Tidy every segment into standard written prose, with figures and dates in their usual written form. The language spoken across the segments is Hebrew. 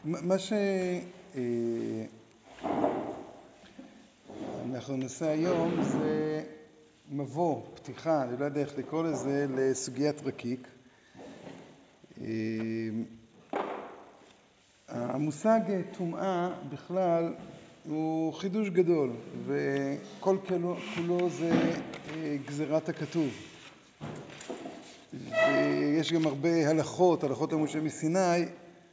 מה שאנחנו נעשה היום זה מבוא, פתיחה, אני לא יודע איך לקרוא לזה, לסוגיית רקיק. המושג טומאה בכלל הוא חידוש גדול, וכל כולו זה גזירת הכתוב. ויש גם הרבה הלכות למשה מסיני,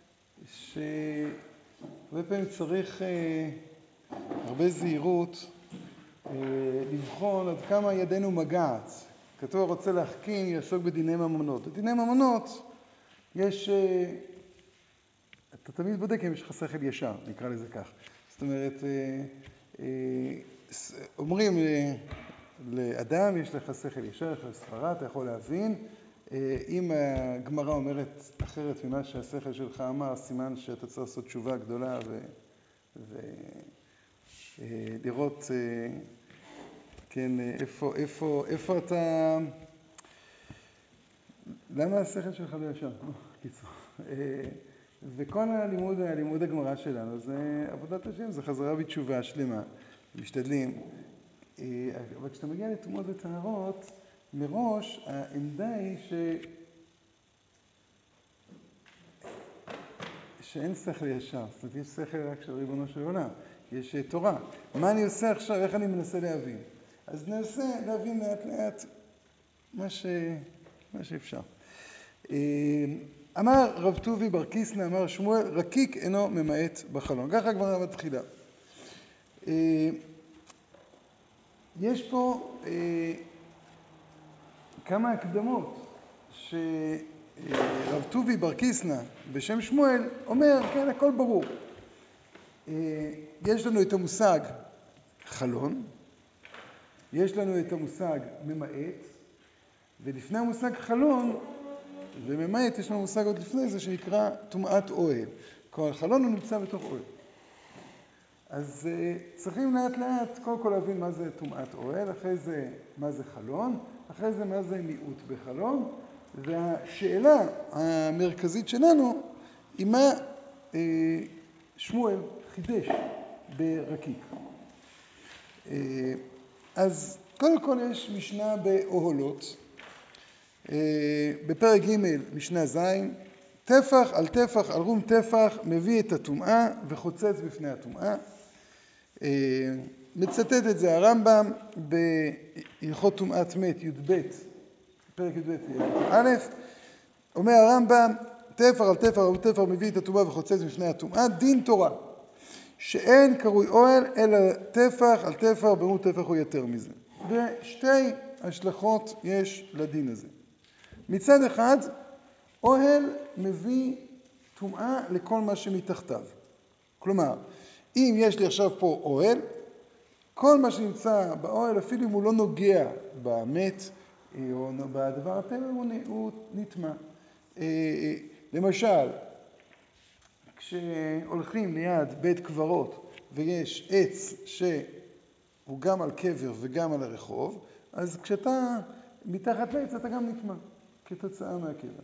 שהרבה פעמים צריך הרבה זהירות לבחון עד כמה ידנו מגעת. כתוב רוצה להחכים יעסוק בדיני ממונות. בדיני ממונות יש, אתה תמיד בודק אם יש לך שכל ישר, נקרא לזה כך. זאת אומרת, אומרים לאדם יש לך שכל ישר, יש לך סברה, אתה יכול להבין. אם הגמרא אומרת אחרת ממה שהשכל שלך אמר, סימן שאתה צריך לעשות תשובה גדולה ולראות כן, איפה אתה, למה השכל שלך לא ישר? קיצור. וכל הלימוד הגמרא שלנו זה עבודת השם, זה חזרה בתשובה שלמה, משתדלים. אבל כשאתה מגיע לטומאות וטהרות, מראש העמדה היא שאין שכל ישר, זאת אומרת יש שכל רק של ריבונו של עולם, יש תורה. מה אני עושה עכשיו? איך אני מנסה להבין? אז ננסה להבין לאט לאט מה שאפשר. אמר רב טובי בר קיסנא, אמר שמואל, רקיק אינו ממעט בחלון. ככה כבר מתחילה. יש פה כמה הקדמות שרב טובי בר קיסנא בשם שמואל אומר, כן, הכל ברור. יש לנו את המושג חלון, יש לנו את המושג ממעט, ולפני המושג חלון וממעט יש לנו מושג עוד לפני זה שנקרא טומאת אוהל. כל חלון הוא נמצא בתוך אוהל. אז צריכים לאט לאט קודם כל להבין מה זה טומאת אוהל, אחרי זה מה זה חלון, אחרי זה מה זה מיעוט בחלון, והשאלה המרכזית שלנו היא מה שמואל חידש ברקיק. אז קודם כל יש משנה באוהלות, בפרק ג' משנה ז', טפח על טפח על רום טפח מביא את הטומאה וחוצץ בפני הטומאה. מצטט את זה הרמב"ם בהלכות טומאת מת י"ב, פרק י"ב א', אומר הרמב"ם, טפח על טפח על רום טפח מביא את הטומאה וחוצץ בפני הטומאה, דין תורה, שאין קרוי אוהל אלא טפח על טפח ברום טפח או יותר מזה. ושתי השלכות יש לדין הזה. מצד אחד, אוהל מביא טומאה לכל מה שמתחתיו. כלומר, אם יש לי עכשיו פה אוהל, כל מה שנמצא באוהל, אפילו אם הוא לא נוגע במת או בדבר הטבע, הוא נטמא. למשל, כשהולכים ליד בית קברות ויש עץ שהוא גם על קבר וגם על הרחוב, אז כשאתה מתחת לעץ אתה גם נטמא כתוצאה מהקבר.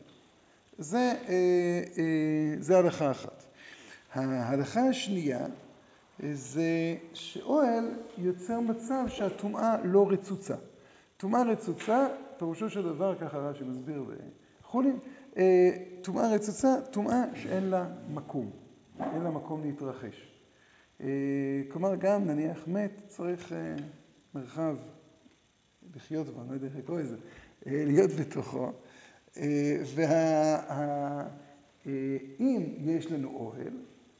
זה הלכה אחת. ההלכה השנייה זה שאוהל יוצר מצב שהטומאה לא רצוצה. טומאה רצוצה, פירושו של דבר, ככה רש"י מסביר בחולין, טומאה רצוצה, טומאה שאין לה מקום, אין לה מקום להתרחש. כלומר, גם נניח מת צריך מרחב לחיות בו, אני לא יודע איך לקרוא את זה, להיות בתוכו. ואם יש לנו אוהל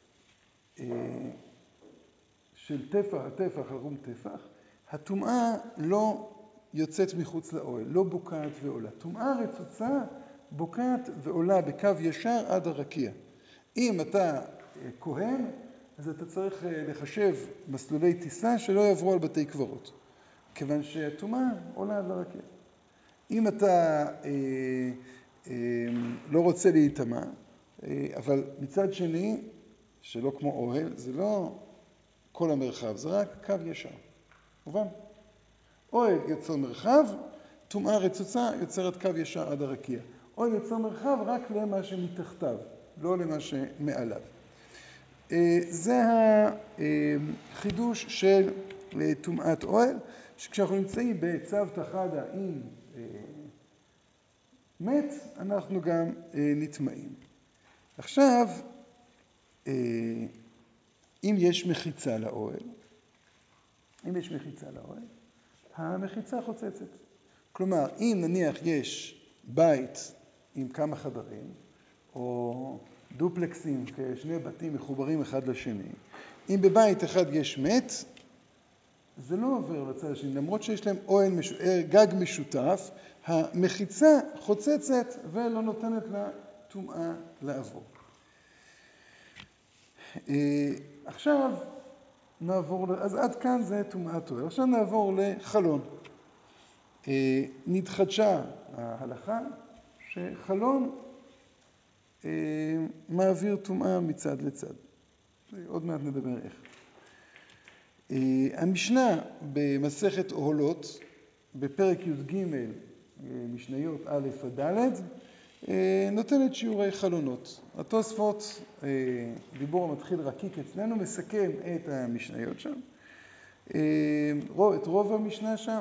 של טפח על טפח על רום טפח, הטומאה לא יוצאת מחוץ לאוהל, לא בוקעת ועולה. טומאה רצוצה בוקעת ועולה בקו ישר עד הרקיע. אם אתה כהן, אז אתה צריך לחשב מסלולי טיסה שלא יעברו על בתי קברות, כיוון שהטומאה עולה עד הרקיע. אם אתה לא רוצה להיטמא, אבל מצד שני, שלא כמו אוהל, זה לא כל המרחב, זה רק קו ישר. מובן? אוהל יוצר מרחב, טומאה רצוצה יוצרת קו ישר עד הרקיע. אוהל יוצר מרחב רק למה שמתחתיו, לא למה שמעליו. זה החידוש של טומאת אוהל, שכשאנחנו נמצאים בצוותא חדא עם מת, אנחנו גם נטמאים. עכשיו, אם יש מחיצה לאוהל, המחיצה חוצצת. כלומר, אם נניח יש בית עם כמה חדרים, או דופלקסים, כשני בתים מחוברים אחד לשני, אם בבית אחד יש מת, זה לא עובר לצד השני, למרות שיש להם גג משותף, המחיצה חוצצת ולא נותנת לה טומאה לעבור. עכשיו נעבור, אז עד כאן זה טומאת אוהל. עכשיו נעבור לחלון. נתחדשה ההלכה שחלון מעביר טומאה מצד לצד. עוד מעט נדבר איך. המשנה במסכת אוהלות, בפרק י"ג, משניות א' עד ד', נותנת שיעורי חלונות. התוספות, דיבור המתחיל רקיק אצלנו, מסכם את המשניות שם, את רוב המשנה שם.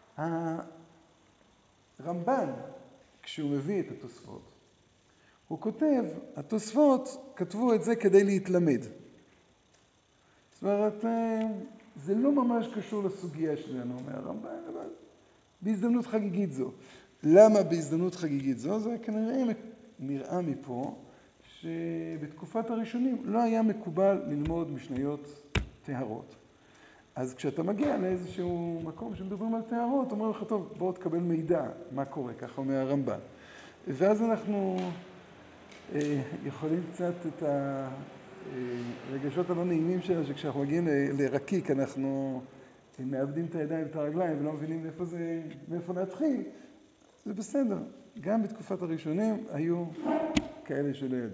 הרמב"ן, כשהוא מביא את התוספות, הוא כותב, התוספות כתבו את זה כדי להתלמד. זאת אומרת, זה לא ממש קשור לסוגיה שלנו, אומר הרמב"ן, אבל בהזדמנות חגיגית זו. למה בהזדמנות חגיגית זו? זה כנראה נראה מפה שבתקופת הראשונים לא היה מקובל ללמוד משניות טהרות. אז כשאתה מגיע לאיזשהו מקום שמדברים על טהרות, אומרים לך, טוב, בוא תקבל מידע, מה קורה, ככה אומר הרמב"ן. ואז אנחנו יכולים קצת את הרגשות הלא נעימים שלנו, שכשאנחנו מגיעים לרקיק, אנחנו מאבדים את הידיים ואת הרגליים ולא מבינים מאיפה להתחיל. זה בסדר. גם בתקופת הראשונים היו כאלה שלא ידעו.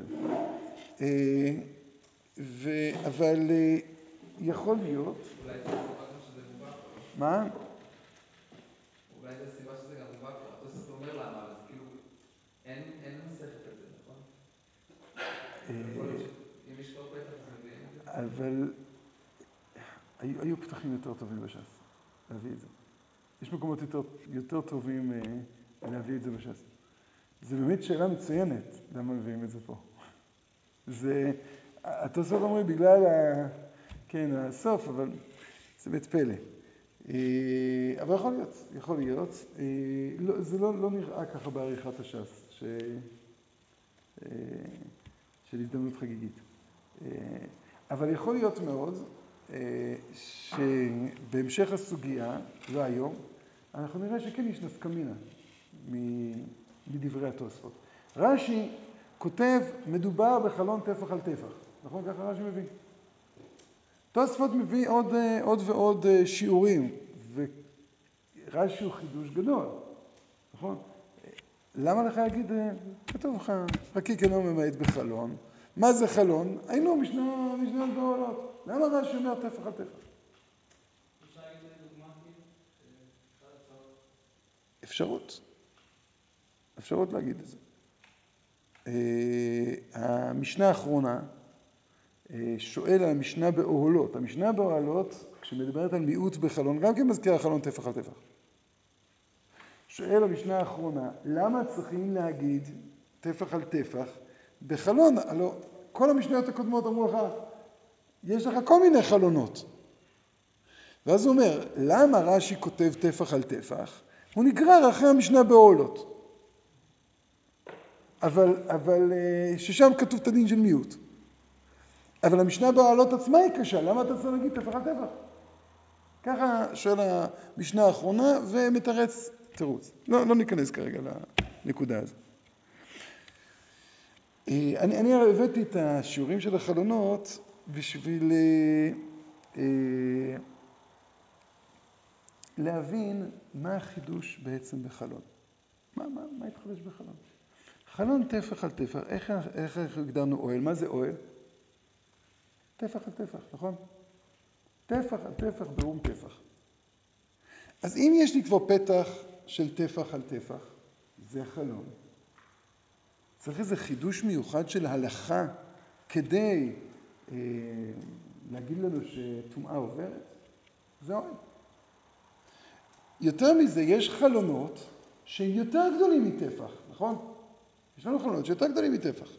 אבל יכול להיות... אולי זה הסיבה גם שזה מובא פה, לא? מה? אולי זה הסיבה שזה גם מובא פה. התוספות אומר למה, אבל זה כאילו... אין מסכת על זה, נכון? יכול להיות שאם יש כבר פתח אז מביאים את זה? אבל היו פתחים יותר טובים בש"ס, להביא את זה. יש מקומות יותר טובים להביא את זה בש"ס. זה באמת שאלה מצוינת, למה מביאים את זה פה. התוספות אומרים בגלל הסוף, אבל זה בית פלא. אבל יכול להיות. זה לא נראה ככה בעריכת הש"ס, של הזדמנות חגיגית. אבל יכול להיות מאוד שבהמשך הסוגיה, לא היום, אנחנו נראה שכן יש נפקא מינה מדברי התוספות. רש"י כותב, מדובר בחלון טפח על טפח. נכון? ככה רש"י מביא. תוספות מביא עוד ועוד שיעורים, ורש"י הוא חידוש גדול. נכון? למה לך להגיד, כתוב לך, רקיק אינו ממעט בחלון. מה זה חלון? היינו משנה באוהלות. למה רש"י אומר טפח על טפח? אפשר להגיד לדוגמה כאילו? אפשר לצורך? אפשרות להגיד את זה. המשנה האחרונה שואל על המשנה באוהלות. המשנה באוהלות, כשמדברת על מיעוט בחלון, גם כן מזכירה חלון טפח על טפח. שואל המשנה האחרונה, למה צריכים להגיד טפח על טפח בחלון? הלוא כל המשניות הקודמות אמרו לך, יש לך כל מיני חלונות. ואז הוא אומר, למה רש"י כותב טפח על טפח? הוא נגרר אחרי המשנה באוהלות. אבל ששם כתוב את הדין של מיעוט. אבל המשנה באוהלות עצמה היא קשה, למה אתה צריך להגיד טפח על טפח? ככה שואל המשנה האחרונה ומתרץ תירוץ. לא ניכנס כרגע לנקודה הזו. אני הבאתי את השיעורים של החלונות בשביל להבין מה החידוש בעצם בחלון. מה התחדש בחלון? חלון טפח על טפח, איך הגדרנו אוהל? מה זה אוהל? טפח על טפח, נכון? טפח על טפח ברום טפח. אז אם יש לי כבר פתח של טפח על טפח, זה חלון. צריך איזה חידוש מיוחד של הלכה כדי להגיד לנו שטומאה עוברת? זה אוהל. יותר מזה, יש חלונות שהם יותר גדולים מטפח, נכון? יש לנו חלונות שיותר גדולים מטפח.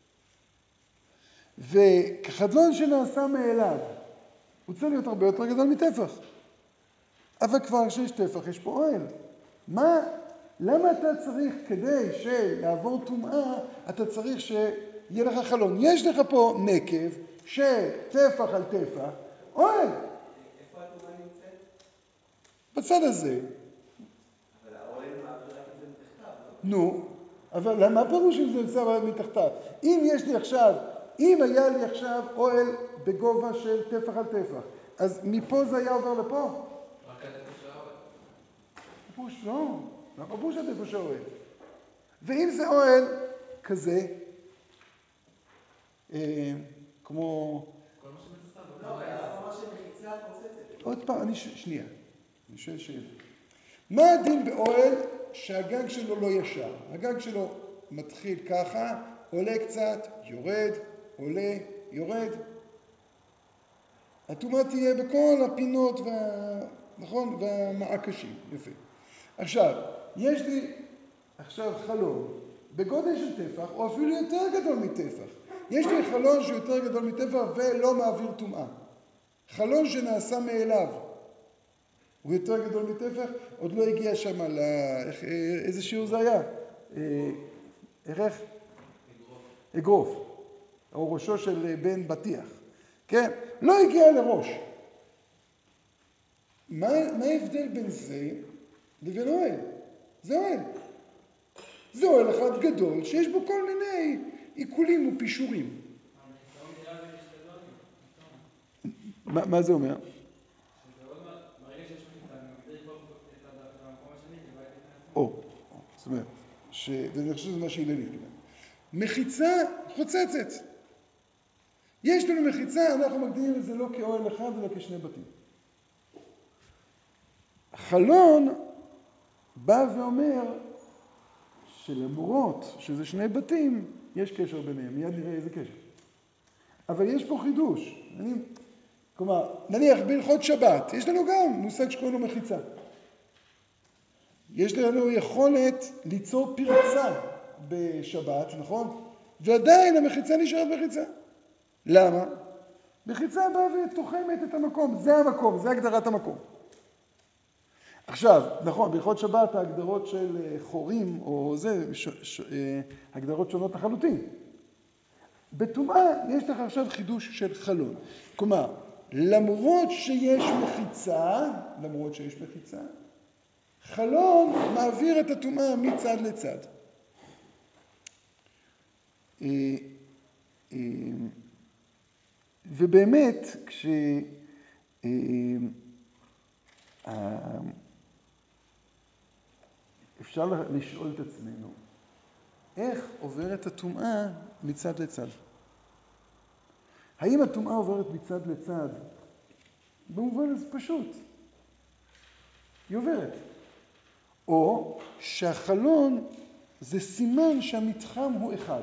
וכחלון שנעשה מאליו, הוא צריך להיות הרבה יותר גדול מטפח. אבל כבר כשיש טפח, יש פה אוהל. למה אתה צריך, כדי שיעבור טומאה, אתה צריך שיהיה לך חלון? יש לך פה נקב שטפח על טפח, אוהל. איפה הטומאה נמצאת? בצד הזה. אבל האוהל מעביר רק את זה מתחתיו, לא? נו, אבל מה פירוש אם זה נמצא מתחתיו? אם היה לי עכשיו אוהל בגובה של טפח על טפח, אז מפה זה היה עובר לפה? רק עד איפה שהאוהל. פירוש לא, פירוש עד איפה שהאוהל. ואם זה אוהל כזה, כמו... כל מה שמתחתיו. לא, אבל הרב אמר שמחיצה פוצצת. עוד פעם, שנייה, אני שואל שאלה. מה הדין באוהל שהגג שלו לא ישר? הגג שלו מתחיל ככה, עולה קצת, יורד, עולה, יורד. הטומאה תהיה בכל הפינות נכון? והמעקשים. יפה. עכשיו, יש לי עכשיו חלון בגודל של טפח, או אפילו יותר גדול מטפח. יש לי חלון שהוא יותר גדול מטפח ולא מעביר טומאה. חלון שנעשה מאליו. הוא יותר גדול מטפח, עוד לא הגיע שם איזה שיעור זה היה? ערך? אגרוף. או ראשו של בן בטיח. כן? לא הגיע לראש. מה ההבדל בין זה לבין אוהל? זה אוהל. זה אוהל אחד גדול שיש בו כל מיני עיקולים ופישורים. החיסרון דירה זה כשתי דברים. מה זה אומר? שזה עוד ברגע שיש מחיצה, אני מגדיר כבר את המקום השני כבית לפני עצמו. זאת אומרת, ואני חושב שזה מה שהיללית כמובן. מחיצה חוצצת. יש לנו מחיצה, אנחנו מגדירים את זה לא כאוהל אחד, אלא כשני בתים. חלון בא ואומר שלמרות שזה שני בתים, יש קשר ביניהם, מיד נראה איזה קשר. אבל יש פה חידוש. כלומר, נניח בהלכות שבת, יש לנו גם מושג שקוראים לו מחיצה. יש לנו יכולת ליצור פרצה בשבת, נכון? ועדיין המחיצה נשארת מחיצה. למה? מחיצה באה ותוחמת את המקום, זה המקום, זה הגדרת המקום. עכשיו, נכון, בהלכות שבת ההגדרות של חורים או זה, הגדרות שונות לחלוטין. בטומאה יש לך עכשיו חידוש של חלון. כלומר, למרות שיש מחיצה, חלון מעביר את הטומאה מצד לצד. ובאמת, אפשר לשאול את עצמנו, איך עוברת הטומאה מצד לצד? האם הטומאה עוברת מצד לצד? במובן הזה פשוט. היא עוברת. או שהחלון זה סימן שהמתחם הוא אחד.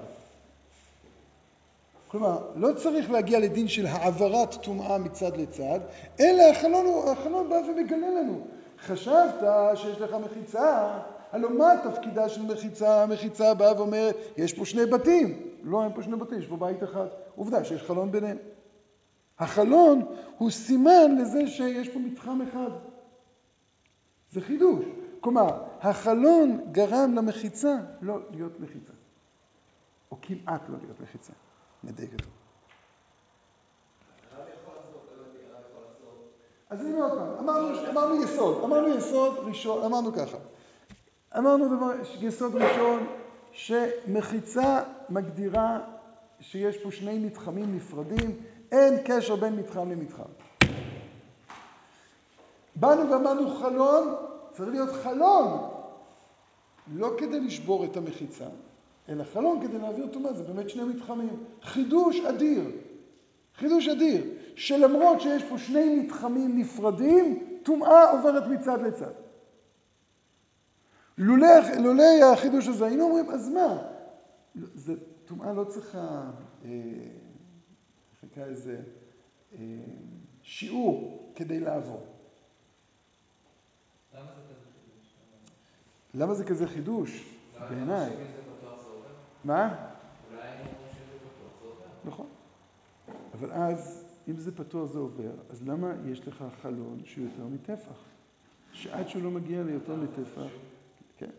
כלומר, לא צריך להגיע לדין של העברת טומאה מצד לצד, אלא החלון בא ומגלה לנו. חשבת שיש לך מחיצה, הלוא מה תפקידה של מחיצה? המחיצה באה ואומרת, יש פה שני בתים. לא, אין פה שני בתים, יש פה בית אחד. עובדה שיש חלון ביניהם. החלון הוא סימן לזה שיש פה מתחם אחד. זה חידוש. כלומר, החלון גרם למחיצה לא להיות מחיצה. או כמעט לא להיות מחיצה. מדייק את זה. הרב יכול לחזור, לא הבנתי, הרב יכול לחזור. אז הנה עוד פעם, אמרנו יסוד ראשון, אמרנו ככה. אמרנו יסוד ראשון שמחיצה מגדירה שיש פה שני מתחמים נפרדים, אין קשר בין מתחם למתחם. באנו ואמרנו חלון, צריך להיות חלון, לא כדי לשבור את המחיצה, אלא חלון כדי להעביר טומאה, זה באמת שני מתחמים. חידוש אדיר, שלמרות שיש פה שני מתחמים נפרדים, טומאה עוברת מצד לצד. לולא החידוש הזה, היינו אומרים, אז מה? טומאה לא צריכה, איך נקרא לזה, שיעור כדי לעבור. למה זה כזה חידוש? למה זה כזה חידוש? בעיניי. אם זה פתוח זה עובר? מה? אולי היינו אומרים שאם זה פתוח זה עובר. נכון. אבל אז, אם זה פתוח זה עובר, אז למה יש לך חלון שהוא יותר מטפח? שעד שהוא לא מגיע ליותר מטפח, כן.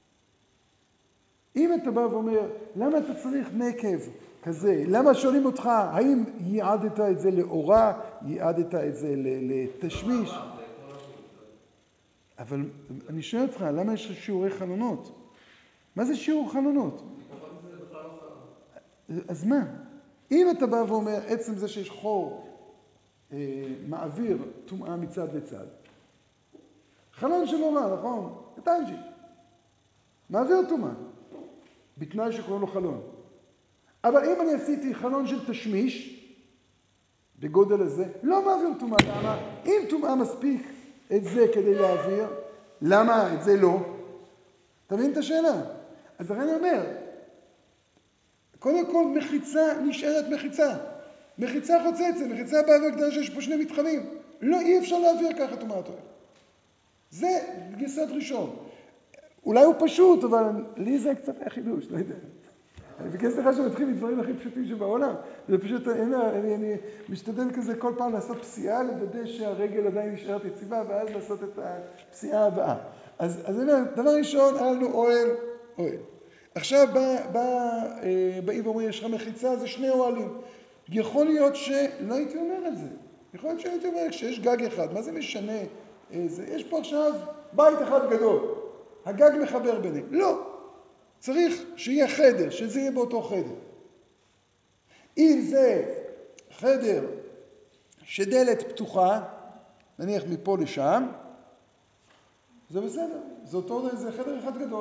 אם אתה בא ואומר, למה אתה צריך נקב כזה? למה שואלים אותך, האם ייעדת את זה לאורה, ייעדת את זה לתשמיש? זה כל השיעור. אבל אני שואל אותך, למה יש שיעורי חלונות? מה זה שיעור חלונות? כי פחות מזה זה בכלל לא חלון. אז מה? אם אתה בא ואומר, עצם זה שיש חור מעביר טומאה מצד לצד, חלון של אורה, נכון? קטנג'י. מעביר טומאה, בתנאי שקוראים לו חלון. אבל אם אני עשיתי חלון של תשמיש, בגודל הזה, לא מעביר טומאה. למה? אם טומאה מספיק את זה כדי להעביר, למה את זה לא? אתה מבין את השאלה? אז הרי אני אומר, קודם כל מחיצה נשארת מחיצה. מחיצה חוצצת, מחיצה באוויר קטנה שיש פה שני מתחמים. לא, אי אפשר להעביר ככה טומאת אוהל. זה יסוד ראשון. אולי הוא פשוט, אבל לי זה קצת היה חידוש, לא יודע. אני ביקש לך שמתחיל מדברים הכי פשוטים שבעולם. זה פשוט, אני משתדל כזה כל פעם לעשות פסיעה, לוודא שהרגל עדיין נשארת יציבה, ואז לעשות את הפסיעה הבאה. אז אני אומר, דבר ראשון, היה לנו אוהל. עכשיו באים ואומרים, יש לך מחיצה, זה שני אוהלים. יכול להיות שלא הייתי אומר על זה. יכול להיות שהייתי אומר, כשיש גג אחד, מה זה משנה? יש פה עכשיו בית אחד גדול. הגג מחבר ביניהם. לא. צריך שיהיה חדר, שזה יהיה באותו חדר. אם זה חדר שדלת פתוחה, נניח מפה לשם, זה בסדר. זה חדר אחד גדול.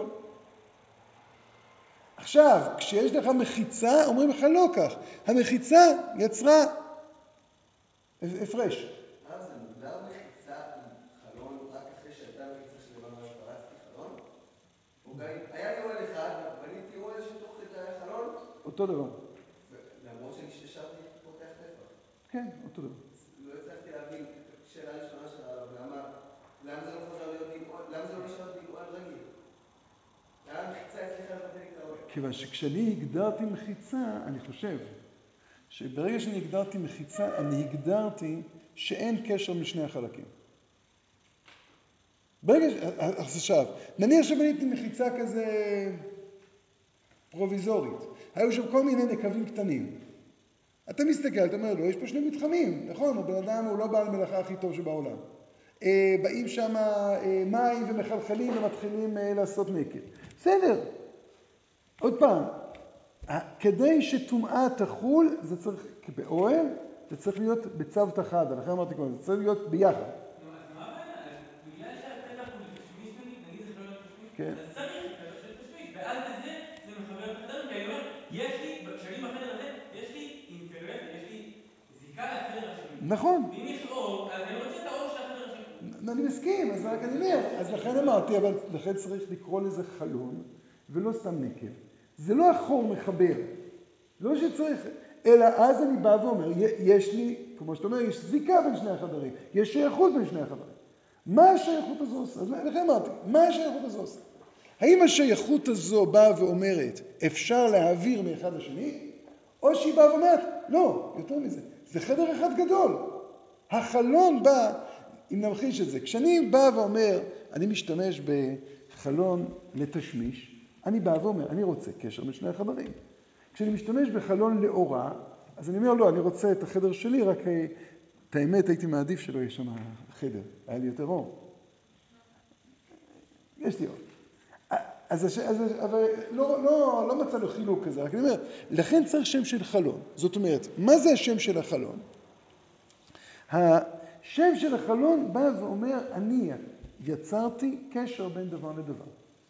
עכשיו, כשיש לך מחיצה, אומרים לך לא כך. המחיצה יצרה הפרש. זה מוגדר מחיצה עם חלון רק אחרי שהייתה מחיצה שלמה ופרצתי חלון? היה לי אוהל אחד, בניתי אוהל שתוך כדי החלון? אותו דבר. למרות שהשארתי פותח טפח. כן, אותו דבר. לא הצלחתי להבין את השאלה הראשונה של הרב, למה זה לא חזר להיות עם אוהל, למה זה לא נשאר עם אוהל רגיל? למה המחיצה הצליחה לבטל את האוהל? כיוון שכשאני הגדרתי מחיצה, אני חושב שברגע שאני הגדרתי מחיצה, אני הגדרתי שאין קשר משני החלקים. עכשיו, נניח שבניתי מחיצה כזה פרוביזורית. היו שם כל מיני נקבים קטנים. אתה מסתכל, אתה אומר לו, יש פה שני מתחמים, נכון? הבן אדם הוא לא בעל מלאכה הכי טוב שבעולם. באים שם מים ומחלחלים ומתחילים לעשות נקב. בסדר. עוד פעם, כדי שטומאה תחול, זה צריך, באוהל, זה צריך להיות בצוות אחד. לכן אמרתי קודם, זה צריך להיות ביחד. נו, אז מה הבעיה? אז בגלל שהפתח הוא לתשמיש נגיד זה חלון לתשמיש, כן. אז צריך פתח של תשמיש, ואז בזה זה מחבר את החדרים, כי אני אומר, כשאני בחדר הזה, יש לי זיקה לחדר השני. נכון. ואם יש אור, אז אני רוצה את האור של החדר השני. אני מסכים, אז רק אני אומר, אז לכן אמרתי, אבל לכן צריך לקרוא לזה חלון, ולא סתם נקב. זה לא החור מחבר, לא שצריך, אלא אז אני בא ואומר, יש לי, כמו שאתה אומר, יש זיקה בין שני החדרים, יש שייכות בין שני החדרים. מה השייכות הזו עושה? אז לכן אמרתי, מה השייכות הזו עושה? האם השייכות הזו באה ואומרת, אפשר להעביר מאחד לשני, או שהיא באה ואומרת, לא, יותר מזה, זה חדר אחד גדול. החלון בא, אם נמחיש את זה, כשאני בא ואומר, אני משתמש בחלון לתשמיש, אני בא ואומר, אני רוצה קשר בין שני החדרים. כשאני משתמש בחלון לאורה, אז אני אומר, לא, אני רוצה את החדר שלי, רק את האמת הייתי מעדיף שלא יהיה שם חדר, היה לי יותר אור. יש לי אור. אבל לא מצא לו חילוק כזה, רק אני אומר, לכן צריך שם של חלון. זאת אומרת, מה זה השם של החלון? השם של החלון בא ואומר, אני יצרתי קשר בין דבר לדבר.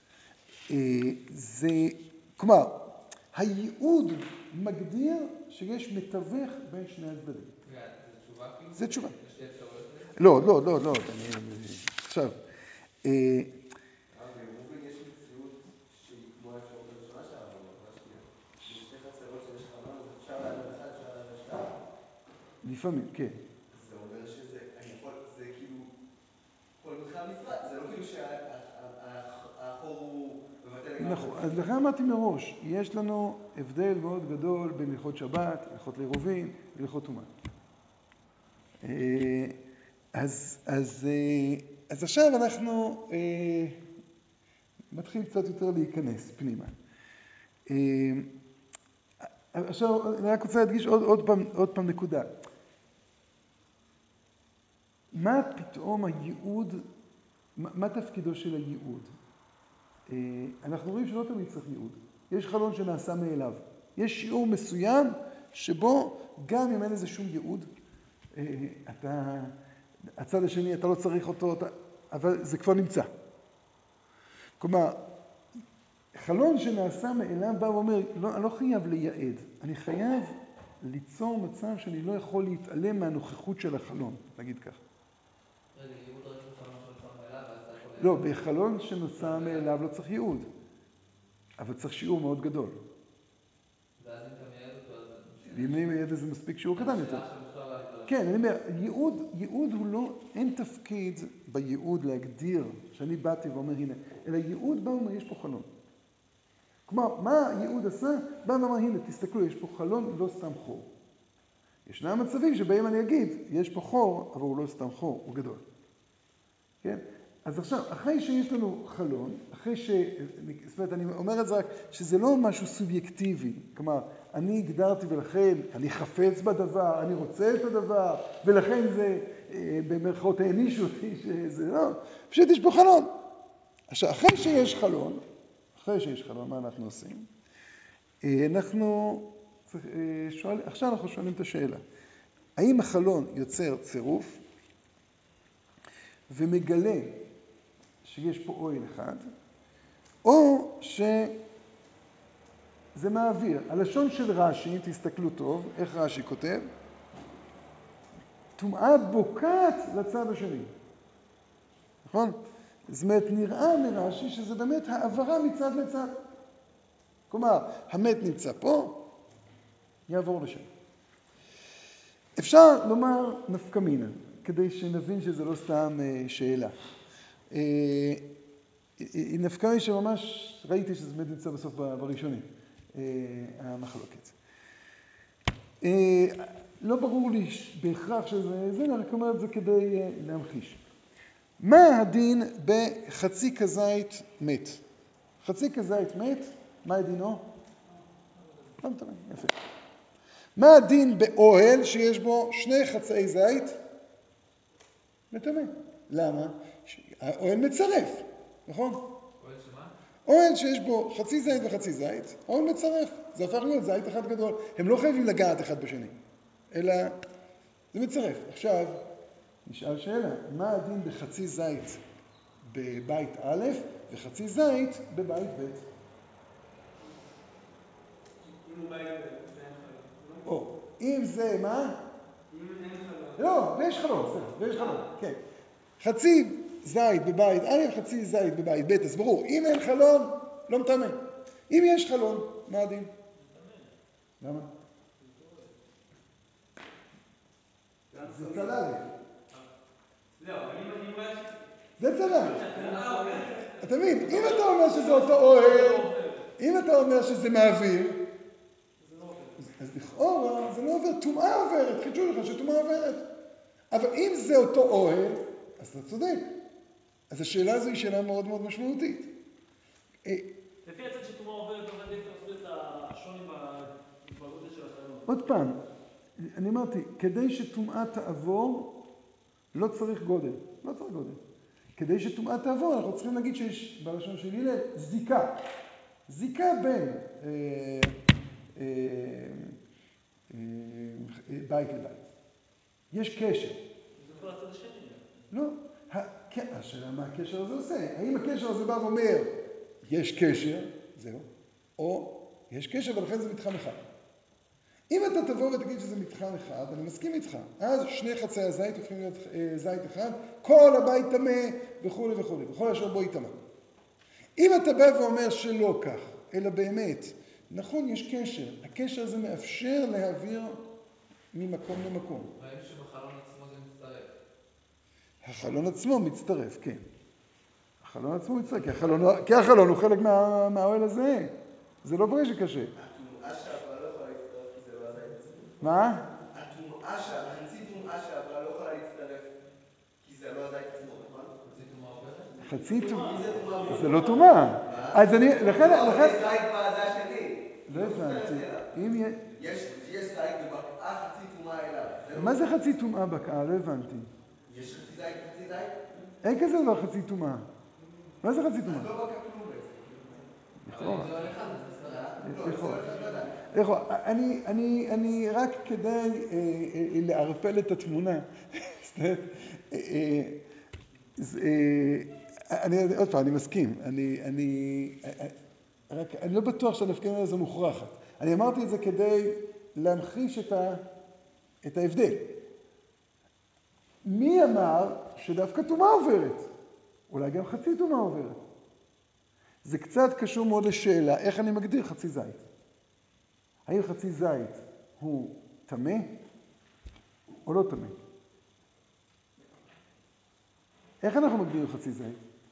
כלומר, הייעוד מגדיר שיש מתווך בין שני הצדדים. זה תשובה כאילו? זה תשובה. יש שתי אפשרויות כאלה? לא. עכשיו. בעירובין יש מציאות שהיא כמו האפשרות הראשונה של הרב, אבל השנייה. יש שתי חצרות שיש חלון, אז אפשר להעביר אחד, אפשר להעביר שתיים. לפעמים, כן. זה אומר שזה, אני יכול, זה כאילו, כל מתחם נפרד, זה לא כאילו שהאחור הוא מבטל לגמרי. נכון, אז לכן אמרתי מראש, יש לנו הבדל מאוד גדול בין הלכות שבת, הלכות לעירובין, הלכות טומאה. אז עכשיו אנחנו מתחילים קצת יותר להיכנס פנימה. עכשיו אני רק רוצה להדגיש עוד פעם נקודה. מה פתאום הייעוד, מה תפקידו של הייעוד? אנחנו רואים שלא תמיד צריך ייעוד. יש חלון שנעשה מאליו. יש שיעור מסוים שבו גם אם אין לזה שום ייעוד, הצד השני אתה לא צריך אותו, אבל זה כבר נמצא. כלומר, חלון שנעשה מאליו בא ואומר, לא, אני לא חייב לייעד, אני חייב ליצור מצב שאני לא יכול להתעלם מהנוכחות של החלון, נגיד כך. רגע, ייעוד רק בחלון שנוצר מאליו, ואז אתה יכול... לא, בחלון שנוצר מאליו לא צריך ייעוד, אבל צריך שיעור מאוד גדול. ואז אם אתה מייעד אותו, אז... אם אני מייעד זה מספיק שיעור קטן יותר. השאלה שבכלל לא הייתה... כן, אני אומר, ייעוד הוא לא, אין תפקיד בייעוד להגדיר שאני באתי ואומר הנה, אלא ייעוד בא ואומר יש פה חלון. כלומר, מה הייעוד עשה? בא ואומר הנה, תסתכלו, יש פה חלון, לא סתם חור. ישנם מצבים שבהם אני אגיד, יש פה חור, אבל הוא לא סתם חור, הוא גדול. כן? אז עכשיו, אחרי שיש לנו חלון, זאת אומרת, אני אומר את זה רק, שזה לא משהו סובייקטיבי. כלומר, אני הגדרתי ולכן אני חפץ בדבר, אני רוצה את הדבר, ולכן זה במרכאות העניש אותי שזה לא. פשוט יש פה חלון. עכשיו, אחרי שיש חלון, מה אנחנו עושים? עכשיו אנחנו שואלים את השאלה. האם החלון יוצר צירוף ומגלה שיש פה אוהל אחד, או שזה מעביר. הלשון של רש"י, תסתכלו טוב, איך רש"י כותב? טומאה בוקעת לצד השני. נכון? זאת אומרת, נראה מרש"י שזה באמת העברה מצד לצד. כלומר, המת נמצא פה, יעבור לשם. אפשר לומר נפקא מינה, כדי שנבין שזה לא סתם שאלה. נפקא מינה שממש ראיתי שזה באמת נמצא בסוף בראשונים, המחלוקת. לא ברור לי בהכרח שזה, אני רק אומר את זה כדי להמחיש. מה הדין בחצי כזית מת? חצי כזית מת, מה דינו? לא מתאמן, יפה. מה הדין באוהל שיש בו 2 חצאי זית? מתאמן. למה? האוהל מצרף, נכון? אוהל שמה? אוהל שיש בו חצי זית וחצי זית, האוהל מצרף. זה הפך להיות זית אחד גדול. הם לא חייבים לגעת אחד בשני, אלא זה מצרף. עכשיו, נשאל שאלה, מה הדין בחצי זית בבית א' וחצי זית בבית ב'? אם הוא בית ואין חלון. או, אם זה מה? אם אין חלון. לא, ויש חלון, ויש חלון, כן. חצי זית בבית א', חצי זית בבית ב', אז ברור, אם אין חלון, לא מטמא. אם יש חלון, מה הדין? למה? זה צלל. זהו, אבל אם רש"י... זה צלל. שהתנועה עוברת... אתה מבין, אם אתה אומר שזה אותו אוהל, אם אתה אומר שזה מעביר, אז לכאורה זה לא עובר, טומאה עוברת, חידשו לך שטומאה עוברת. אבל אם זה אותו אוהל, אז אתה צודק. אז השאלה הזו היא שאלה מאוד מאוד משמעותית. לפי הצד שטומאה עוברת, לא עובד איך אתה מסביר את השוני בגודל של החלון. עוד פעם, אני אמרתי, כדי שטומאה תעבור, לא צריך גודל. לא צריך גודל. כדי שטומאה תעבור, אנחנו צריכים להגיד שיש, בלשון של הלל, זיקה. זיקה בין בית לבית. יש קשר. זה כבר הצד השני. לא. השאלה מה הקשר הזה עושה? האם הקשר הזה בא ואומר, יש קשר, זהו, או יש קשר ולכן זה מתחם אחד. אם אתה תבוא ותגיד שזה מתחם אחד, אני מסכים איתך. אז 2 חצאי הזית הופכים להיות זית אחד, כל הבית טמא וכו' וכו', וכל אשר בו יטמא. אם אתה בא ואומר שלא כך, אלא באמת, נכון, יש קשר. הקשר הזה מאפשר להעביר ממקום למקום. ראינו שבחלון עצמו זה מצטרף. החלון עצמו מצטרף, כן. החלון עצמו מצטרף, כי החלון הוא חלק מהאוהל הזה. זה לא בריא שקשה. הטומאה שעברה לא יכולה להצטרף כי זה לא הזית עצמו. מה? החצי טומאה שעברה לא יכולה להצטרף כי זה לא הזית עצמו, נכון? חצי טומאה עוברת? חצי טומאה. אם זה טומאה עוברת. זה לא טומאה. אז אני, לכן... לא, אבל יש זית בזה השני. לא הבנתי. אם יש זית ובקעה חצי טומאה אליו. מה זה חצי טומאה בקעה? לא הבנתי. יש חצי זית וחצי זית? אין כזה דבר חצי טומאה. מה זה חצי טומאה? אז לא בקעה כלום בעצם. אבל אם זה הולך אחד, אז מצטרף. לא, זה הולך אחד ודאי. לכו, אני רק כדי לערפל את התמונה, עוד פעם, אני מסכים, אני לא בטוח שהנפקמינה הזו מוכרחת. אני אמרתי את זה כדי להמחיש את ההבדל. מי אמר שדווקא טומאה עוברת? אולי גם חצי טומאה עוברת. זה קצת קשור מאוד לשאלה, איך אני מגדיר חצי זית? האם חצי זית הוא טמא או לא טמא? איך אנחנו מגדירים חצי זית?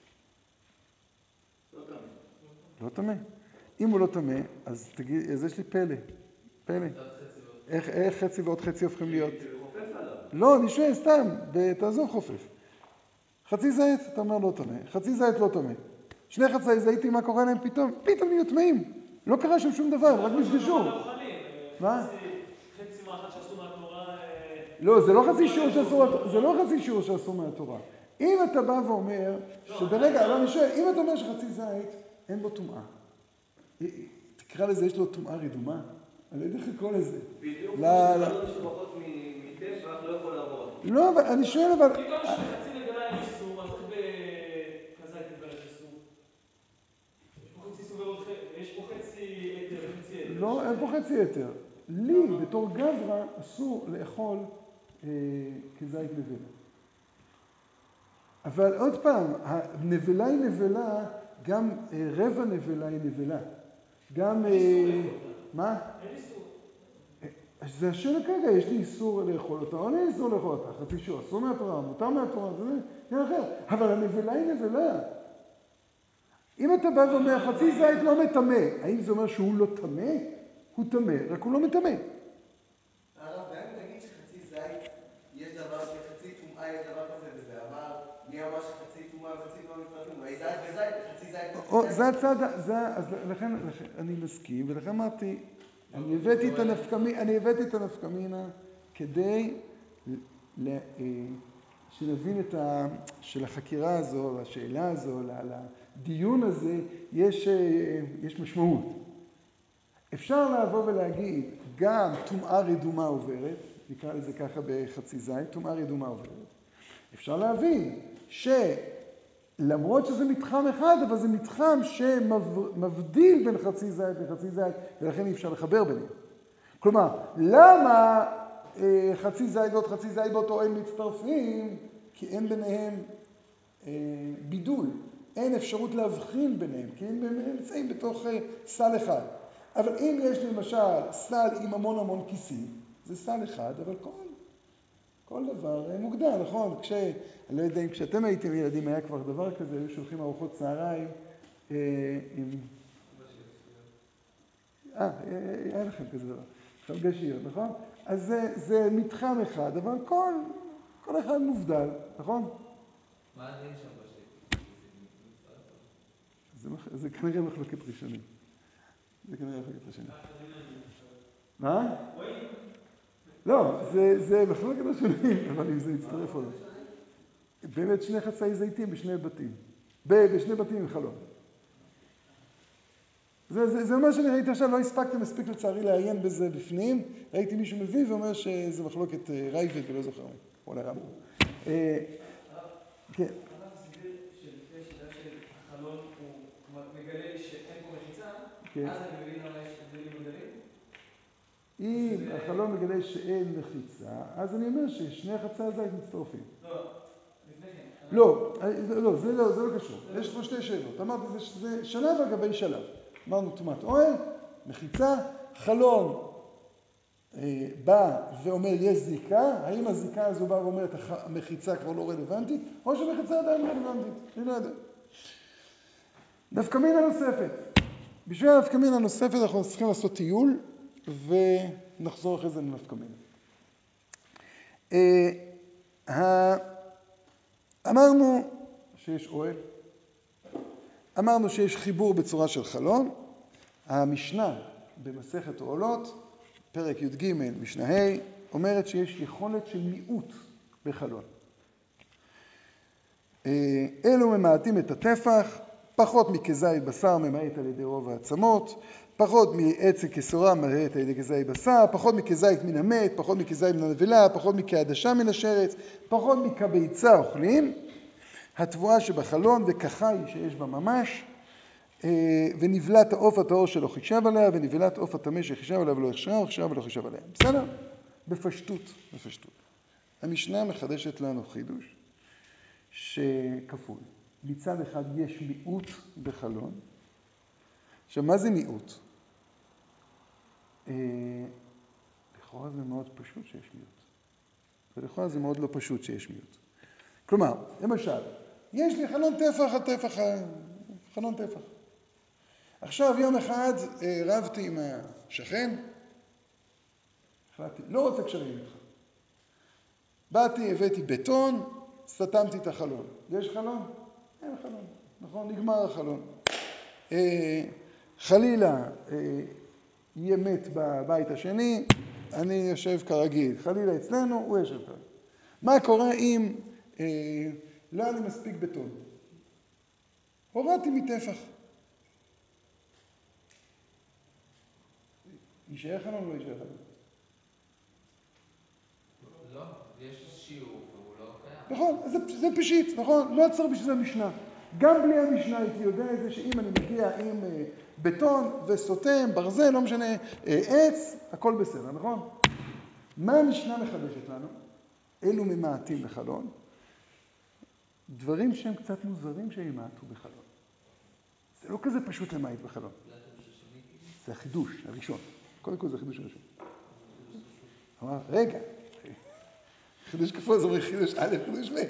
לא טמא. לא טמא. אם הוא לא טמא, אז תגיד, אז יש לי פלא. פלא. איך חצי ועוד חצי הופכים להיות? חופף עליו. לא, אני שואל, סתם, תעזוב חופף. חצי זית, אתה אומר לא טמא. חצי זית לא טמא. שני חצי זיתים, מה קורה להם פתאום? פתאום נהיו טמאים. לא קרה שם שום דבר, הם רק נפגשו. מה? חצי מאחד שעשו מהתורה... לא, זה לא חצי שיעור שעשו מהתורה. אם אתה בא ואומר, שברגע, לא, אני שואל, אם אתה אומר שחצי זית, אין בו טומאה. תקרא לזה, יש לו טומאה רדומה? אני לא יודע איך לקרוא לזה. בדיוק, חלון שבחות מטפח לא יכול לעבור. לא, אבל אני שואל, אבל... אם אתה אומר שבחצי נבלה אין איסור, אז איך בכזית נבלה יש איסור? יש פה חצי איסור ויש פה חצי יתר וחצי יתר. לא, אין פה חצי יתר. לי, בתור גברא, אסור לאכול כזית נבלה. אבל עוד פעם, הנבלה היא נבלה, גם רבע נבלה היא נבלה. גם... אין איסור לאכול אותה. מה? אין איסור. זה השאלה כרגע, יש לי איסור לאכול אותה, או אין לי איסור לאכול אותה. חצי שהוא אסור מהתורה, מותר מהתורה, זה אחר. אבל הנבלה היא נבלה. אם אתה בא ואומר, חצי זית לא מטמא, האם זה אומר שהוא לא טמא? הוא טמא, רק הוא לא מטמא. הרב, גם אם נגיד שחצי זית, יש דבר שחצי טומאה, יש דבר כזה וזה, אבל מי אמר שחצי טומאה וחצי טומאה מצטרפים? אולי זית וזית, חצי זית וחצי זית. זה הצד, אז לכן אני מסכים, ולכן אמרתי, אני הבאתי את הנפקמינה כדי שנבין של החקירה הזו, השאלה הזו, לדיון הזה, יש משמעות. אפשר לבוא ולהגיד, גם טומאה רדומה עוברת, נקרא לזה ככה בחצי זית, טומאה רדומה עוברת. אפשר להבין שלמרות שזה מתחם אחד, אבל זה מתחם שמבדיל בין חצי זית לחצי זית, ולכן אי אפשר לחבר ביניהם. כלומר, למה חצי זית ועוד חצי זית באותו אוהל מצטרפים? כי אין ביניהם בידול. אין אפשרות להבחין ביניהם, כי הם נמצאים בתוך סל אחד. אבל אם יש למשל סל עם המון כיסים, זה סל אחד, אבל כל דבר מוגדר, נכון? אני לא יודע אם כשאתם הייתם ילדים היה כבר דבר כזה, היו שולחים ארוחות צהריים עם... היה לכם כזה דבר, חלגשיות, נכון? אז זה מתחם אחד, אבל כל אחד מובדל, נכון? מה הדין שם בשליט? זה כנראה מחלוקת ראשונים. מה? לא, זה מחלוקת ראשונים, אבל אם זה יצטרף או לא. באמת שני חצאי זיתים בשני בתים. בשני בתים עם חלון. זה מה שאני ראיתי עכשיו, לא הספקתי מספיק לצערי לעיין בזה בפנים. ראיתי מישהו מביא ואומר שזה מחלוקת רייבד ולא זוכר מי. אולי רמב"ם. כן. הרב הסביר שלפי השיטה של החלון הוא מגלה לי שאין פה מחיצה, אז אני מבין למה יש הבדלים גדולים? אם החלון מגלה שאין מחיצה, אז אני אומר ששני חצאי הזית מצטרפים. לא, לפני כן. לא, זה לא קשור. יש פה שתי שאלות. אמרתי, זה שלב על גבי שלב. אמרנו, טומאת אוהל, מחיצה, חלון. בא ואומר יש זיקה, האם הזיקה הזו באה ואומרת המחיצה כבר לא רלוונטית, או שהמחיצה עדיין רלוונטית, אני לא יודע. נפקא מינה נוספת. בשביל הנפקא מינה נוספת אנחנו צריכים לעשות טיול, ונחזור אחרי זה לנפקא מינה. אמרנו שיש אוהל, אמרנו שיש חיבור בצורה של חלון, המשנה במסכת עולות, פרק י"ג משנה ה', אומרת שיש יכולת של מיעוט בחלון. אלו ממעטים את הטפח, פחות מכזית בשר ממעט על ידי רוב העצמות, פחות מעצם כסורה ממעט על ידי כזית בשר, פחות מכזית מן המת, פחות מכזית מן הנבלה, פחות מכעדשה מן השרץ, פחות מכביצה אוכלים, התבואה שבחלון וכחי שיש בה ממש, ונבלת העוף הטהור שלא חישב עליה, ונבלת עוף הטמא שחישב עליה ולא חישב ולא חישב עליה. בסדר? בפשטות. המשנה מחדשת לנו חידוש שכפול. מצד אחד יש מיעוט בחלון. עכשיו, מה זה מיעוט? לכאורה זה מאוד פשוט שיש מיעוט. ולכאורה זה מאוד לא פשוט שיש מיעוט. כלומר, למשל, יש לי חלון טפח על טפח, חלון טפח. עכשיו יום אחד רבתי עם השכן, החלטתי, לא רוצה קשרים איתך. באתי, הבאתי בטון, סתמתי את החלון. יש חלון? אין חלון, נכון? נגמר החלון. חלילה יהיה מת בבית השני, אני יושב כרגיל. חלילה אצלנו, הוא יושב כרגיל. מה קורה אם לא היה לי מספיק בטון? הורדתי מטפח. יישאר חלון או לא יישאר חלון? לא, יש שיעור והוא לא קיים. נכון, זה פשיט, נכון? לא צריך בשביל זה משנה. גם בלי המשנה הייתי יודע את זה שאם אני מגיע עם בטון וסותם, ברזל, לא משנה, עץ, הכל בסדר, נכון? מה המשנה מחדשת לנו? אלו ממעטים בחלון. דברים שהם קצת מוזרים שימעטו בחלון. זה לא כזה פשוט למעט בחלון. זה החידוש הראשון. קודם כל זה החידוש הראשון. אמר, רגע, חידוש כפול זה אומר חידוש א', חידוש ב'.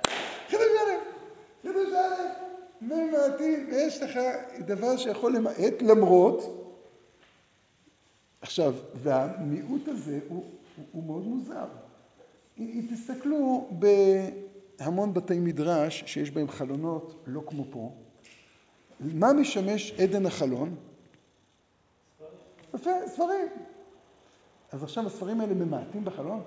חידוש א', ממעטים, ויש לך דבר שיכול למעט למרות. עכשיו, והמיעוט הזה הוא מאוד מוזר. אם תסתכלו בהמון בתי מדרש שיש בהם חלונות, לא כמו פה, מה משמש עדן החלון? יפה, ספרים. אז עכשיו הספרים האלה ממעטים בחלון?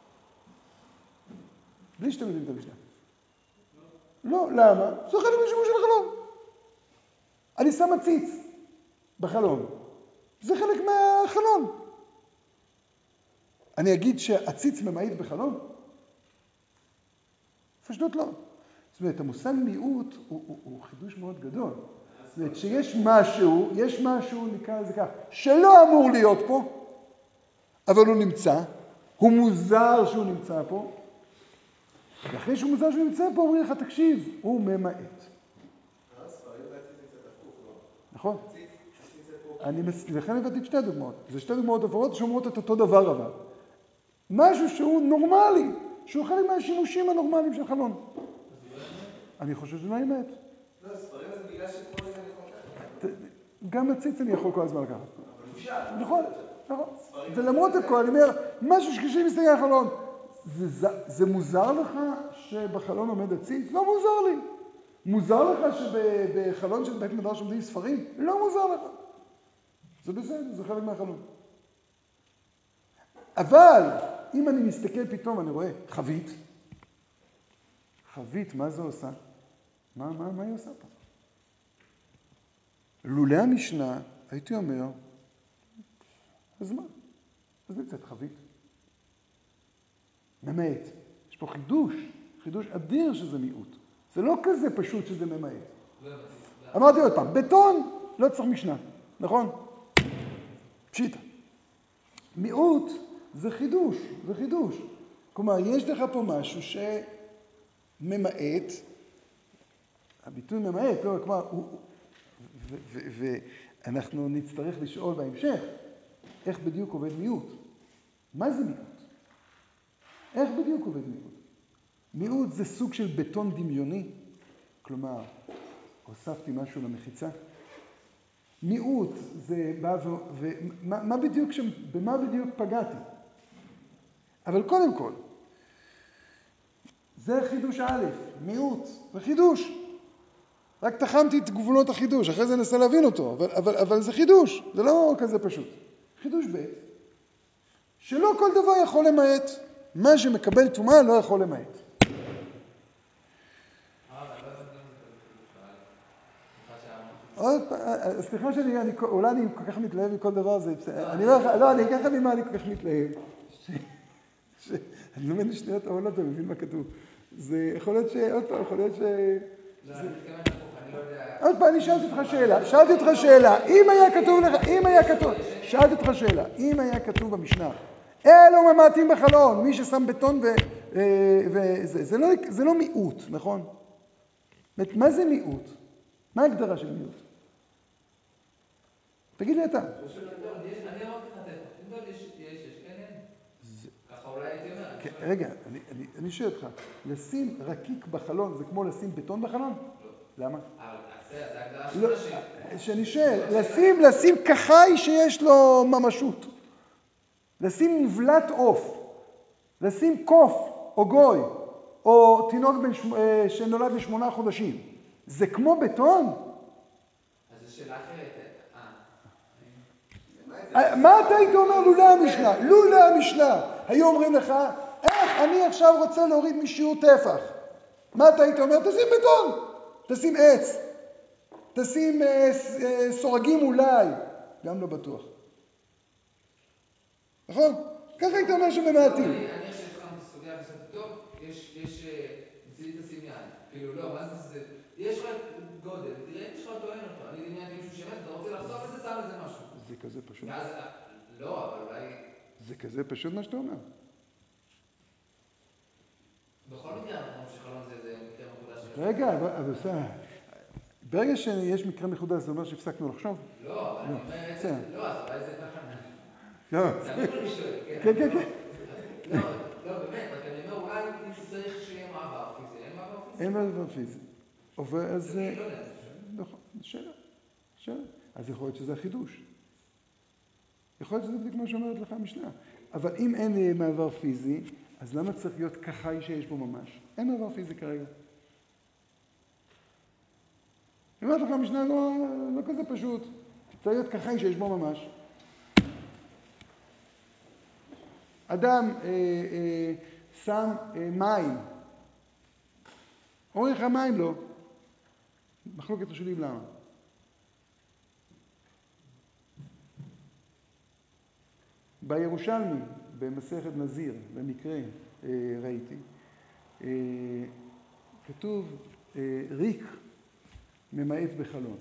בלי שאתם יודעים את המשנה. לא, למה? זה חלק משימוש של החלון. אני שם עציץ בחלון. זה חלק מהחלון. אני אגיד שהעציץ ממעט בחלון? פשוט לא. זאת אומרת, המושג מיעוט הוא חידוש מאוד גדול. זאת אומרת, שיש משהו, נקרא לזה כך, שלא אמור להיות פה, אבל הוא נמצא, הוא מוזר שהוא נמצא פה, ואחרי שהוא מוזר שהוא נמצא פה, אומרים לך, תקשיב, הוא ממעט. הספרים והעציץ זה קצת הפוך, לא? נכון. עציץ זה פה. לכן הבאתי שתי דוגמאות. זה שתי דוגמאות עברות שאומרות את אותו דבר אבל. משהו שהוא נורמלי, שהוא חלק מהשימושים הנורמליים של חלון. אני חושב שזה לא אמת. לא, ספרים זה בגלל שכל רגע אני יכול לקחת. גם עציץ אני יכול כל הזמן לקחת. אבל הוא שם. נכון, נכון. ולמרות הכל, אני אומר, משהו שקשה מסתכל על החלון. זה מוזר לך שבחלון עומד עציץ? לא מוזר לי. מוזר לך שבחלון של בית מדרש עומדים ספרים? לא מוזר לך. זה בסדר, זה חלק מהחלון. אבל אם אני מסתכל פתאום, אני רואה חבית. חבית, מה זה עושה? מה היא עושה פה? לולא המשנה, הייתי אומר, אז מה? אז נמצאת חבית. ממעט. יש פה חידוש אדיר שזה מיעוט. זה לא כזה פשוט שזה ממעט. אמרתי עוד פעם, בטון לא צריך משנה, נכון? פשיטה. מיעוט זה חידוש. כלומר, יש לך פה משהו שממעט, הביטוי ממעט, לא, כלומר, ואנחנו נצטרך לשאול בהמשך, איך בדיוק עובד מיעוט. מה זה מיעוט? איך בדיוק עובד מיעוט? מיעוט זה סוג של בטון דמיוני, כלומר, הוספתי משהו למחיצה. מיעוט זה בא ומה בדיוק במה בדיוק פגעתי? אבל קודם כל, זה חידוש א', מיעוט, זה חידוש. רק תחמתי את גבולות החידוש, אחרי זה ננסה להבין אותו, אבל זה חידוש, זה לא כזה פשוט. חידוש ב', שלא כל דבר יכול למעט, מה שמקבל טומאה לא יכול למעט. אבל לא הבנתי למה זה כזה חידוש באלף. סליחה שאמרת חידוש. עוד פעם, סליחה אולי אני כל כך מתלהב מכל דבר, זה בסדר. אני אגיד לך ממה אני כל כך מתלהב. אני לומד שניות העולות ומבין מה כתוב. זה יכול להיות עוד פעם, יכול להיות לא, אני מתכוון הפוך, אני לא יודע... עוד פעם, אני שאלתי אותך שאלה, אם היה כתוב לך, שאלתי אותך שאלה, אם היה כתוב במשנה, אלו ממעטים בחלון, מי ששם בטון וזה, זה לא מיעוט, נכון? מה זה מיעוט? מה ההגדרה של מיעוט? תגיד לי אתה. אני אמרתי לך טפח, אם דוד יש, כן אין. ככה אולי הייתי אומר. רגע, אני שואל אותך, לשים רקיק בחלון זה כמו לשים בטון בחלון? לא. למה? זה הגדרה של נשים. שאני שואל, לשים כחי שיש לו ממשות. לשים נבלת עוף. לשים קוף או גוי, או תינוק שנולד ל8 חודשים. זה כמו בטון? אז זו שאלה אחרת. מה אתה היית אומר לולא המשנה? היו אומרים לך, איך אני עכשיו רוצה להוריד משיעור טפח? מה אתה היית אומר? תשים בטון, תשים עץ, תשים סורגים אולי, גם לא בטוח. נכון? ככה היית אומר שממעטים. אני עכשיו הבחנתי סוגיה וחשבתי, טוב, יש, מצידי תשים יד. כאילו, לא, מה זה? יש לך גודל, תראה אם יש לך אותו, אין אותו. אני דמיינתי מישהו שמת, אתה רוצה לחסוך את זה, שם לזה משהו. זה כזה פשוט. ואז, לא, אבל אולי... זה כזה פשוט מה שאתה אומר. בכל מקרה אנחנו אומרים שחלון זה מקרה מחודש. רגע, אבל ברגע שיש מקרה מחודש, זה אומר שהפסקנו לחשוב? לא, אבל אני אומר עצם, לא, אז אולי זה ככה... לא. תמיד אני שואל, כן. כן. לא, באמת, רק אני אומר, אולי אם צריך שיהיה מעבר פיזי, אין מעבר פיזי? אין מעבר פיזי. אז... תגיד, לא יודע. נכון, שאלה. אז יכול להיות שזה החידוש. יכול להיות שזה בדיוק מה שאומרת לך המשנה. אבל אם אין מעבר פיזי, אז למה צריך להיות כחי שיש בו ממש? אין מעבר פיזי כרגע. אני אומרת לך, המשנה לא כזה פשוט. צריך להיות כחי שיש בו ממש. אדם שם מים. אומרים לך מים לא. מחלוקת ראשונים למה? בירושלמי, במסכת נזיר, במקרה ראיתי, כתוב ריק ממעט בחלון.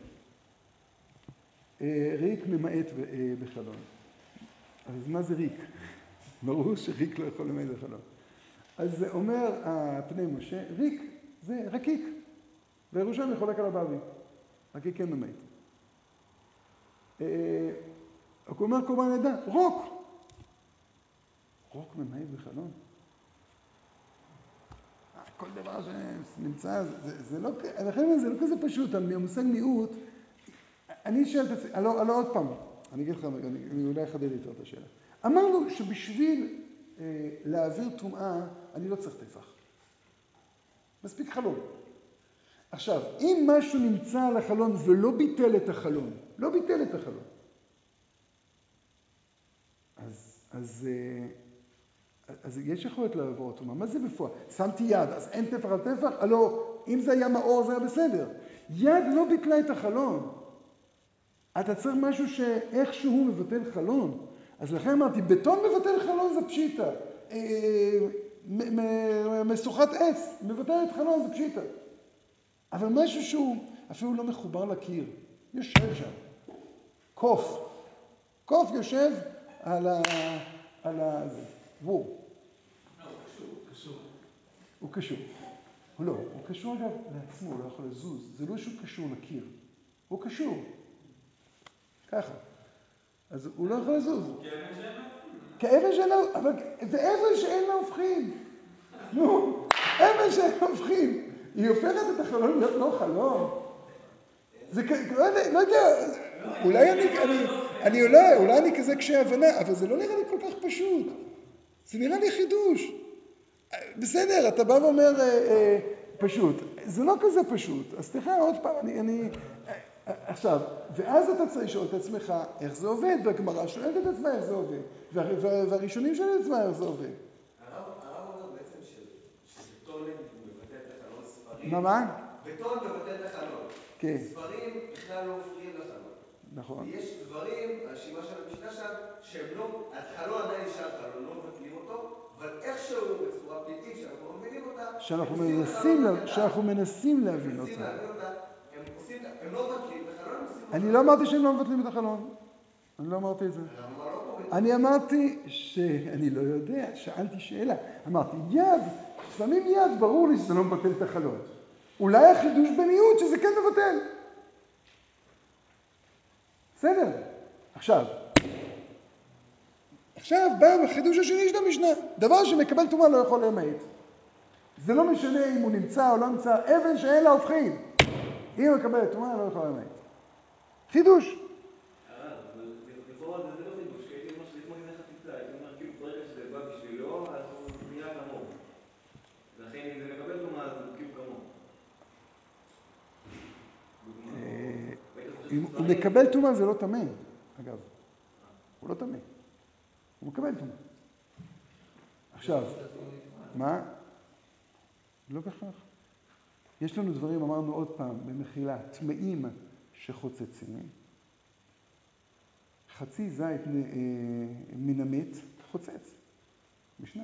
ריק ממעט בחלון. אז מה זה ריק? ברור שריק לא יכול למעט בחלון. אז אומר פני משה, ריק זה רקיק. וירושלמי חולק על הבבלי. רקיק כן ממעט. הוא אומר קורבן עדה, רוק. רוק ממעט בחלון? כל דבר שנמצא, זה לא כזה פשוט, המושג מיעוט. אני שואל את עצמי, לא עוד פעם, אני אגיד לך, אני אולי אחדד יותר את השאלה. אמרנו שבשביל להעביר טומאה, אני לא צריך טפח. מספיק חלון. עכשיו, אם משהו נמצא על החלון ולא ביטל את החלון, אז יש יכולת לעבור טומאה. מה זה בפועל? שמתי יד, אז אין טפח על טפח? הלא, אם זה היה מאור זה היה בסדר. יד לא ביטלה את החלון. אתה צריך משהו שאיכשהו מבטל חלון. אז לכן אמרתי, בטון מבטל חלון זה פשיטה. משוחת עץ מבטל את חלון זה פשיטה. אבל משהו שהוא אפילו לא מחובר לקיר. יושב שם. קוף יושב על זה. וואו. הוא קשור. לא, הוא קשור אגב לעצמו, הוא לא יכול לזוז. זה לא שהוא קשור לקיר. הוא קשור. ככה. אז הוא לא יכול לזוז. הוא כאבן שאין לה גבול. כאבן שאין לה, אבל זה אבן שאין לה הופכים. נו, אבן שאין לה הופכים. היא הופכת את החלון להיות לא חלון. זה לא יודע, אולי אני כזה קשה הבנה, אבל זה לא נראה לי כל כך פשוט. זה נראה לי חידוש. בסדר, אתה בא ואומר פשוט. זה לא כזה פשוט. אז תראה עוד פעם, עכשיו, ואז אתה צריך לשאול את עצמך איך זה עובד, והגמרא שואלת את עצמה איך זה עובד, והראשונים שואלים את עצמה איך זה עובד. הרב אומר בעצם שבטון מבטא את החלון, ספרים... מה? בטון מבטא את החלון. כן. ספרים בכלל לא מפריעים לחלון. נכון. ויש דברים, הרשימה של המשנה שם, שהם לא, החלון עדיין נשאר חלון, לא מבטלים אותו, אבל איכשהו בצורה פלאית שאנחנו לא מבינים אותה, שאנחנו מנסים להבין אותה. הם לא מבטלים את החלון, הם עושים... אני לא אמרתי שהם לא מבטלים את החלון. אני לא אמרתי את זה. אני אמרתי שאני לא יודע, שאלתי שאלה. אמרתי, יד, שמים יד, ברור לי שזה לא מבטל את החלון. אולי החידוש במיעוט שזה כן מבטל. בסדר. עכשיו בא החידוש השני של המשנה. דבר שמקבל טומאה לא יכול למעט. זה לא משנה אם הוא נמצא או לא נמצא, אבן שאין לה הופכין. אם הוא מקבל טומאה לא יכול למעט. חידוש. לכאורה זה לא חידוש, כי הייתי אומר שזה כמו איזה חציצה, הייתי אומר כאילו ברגע שזה בא בשבילו, אז הוא נהיה כמוהו. לכן אם זה מקבל טומאה, אז הוא כאילו כמוהו. אם הוא מקבל טומאה זה לא טמא, אגב. הוא לא טמא. הוא מקבל טומאה. עכשיו, מה? לא בהכרח. יש לנו דברים, אמרנו עוד פעם, במחילה, טמאים שחוצצים. חצי זית מן המת חוצץ. משנה.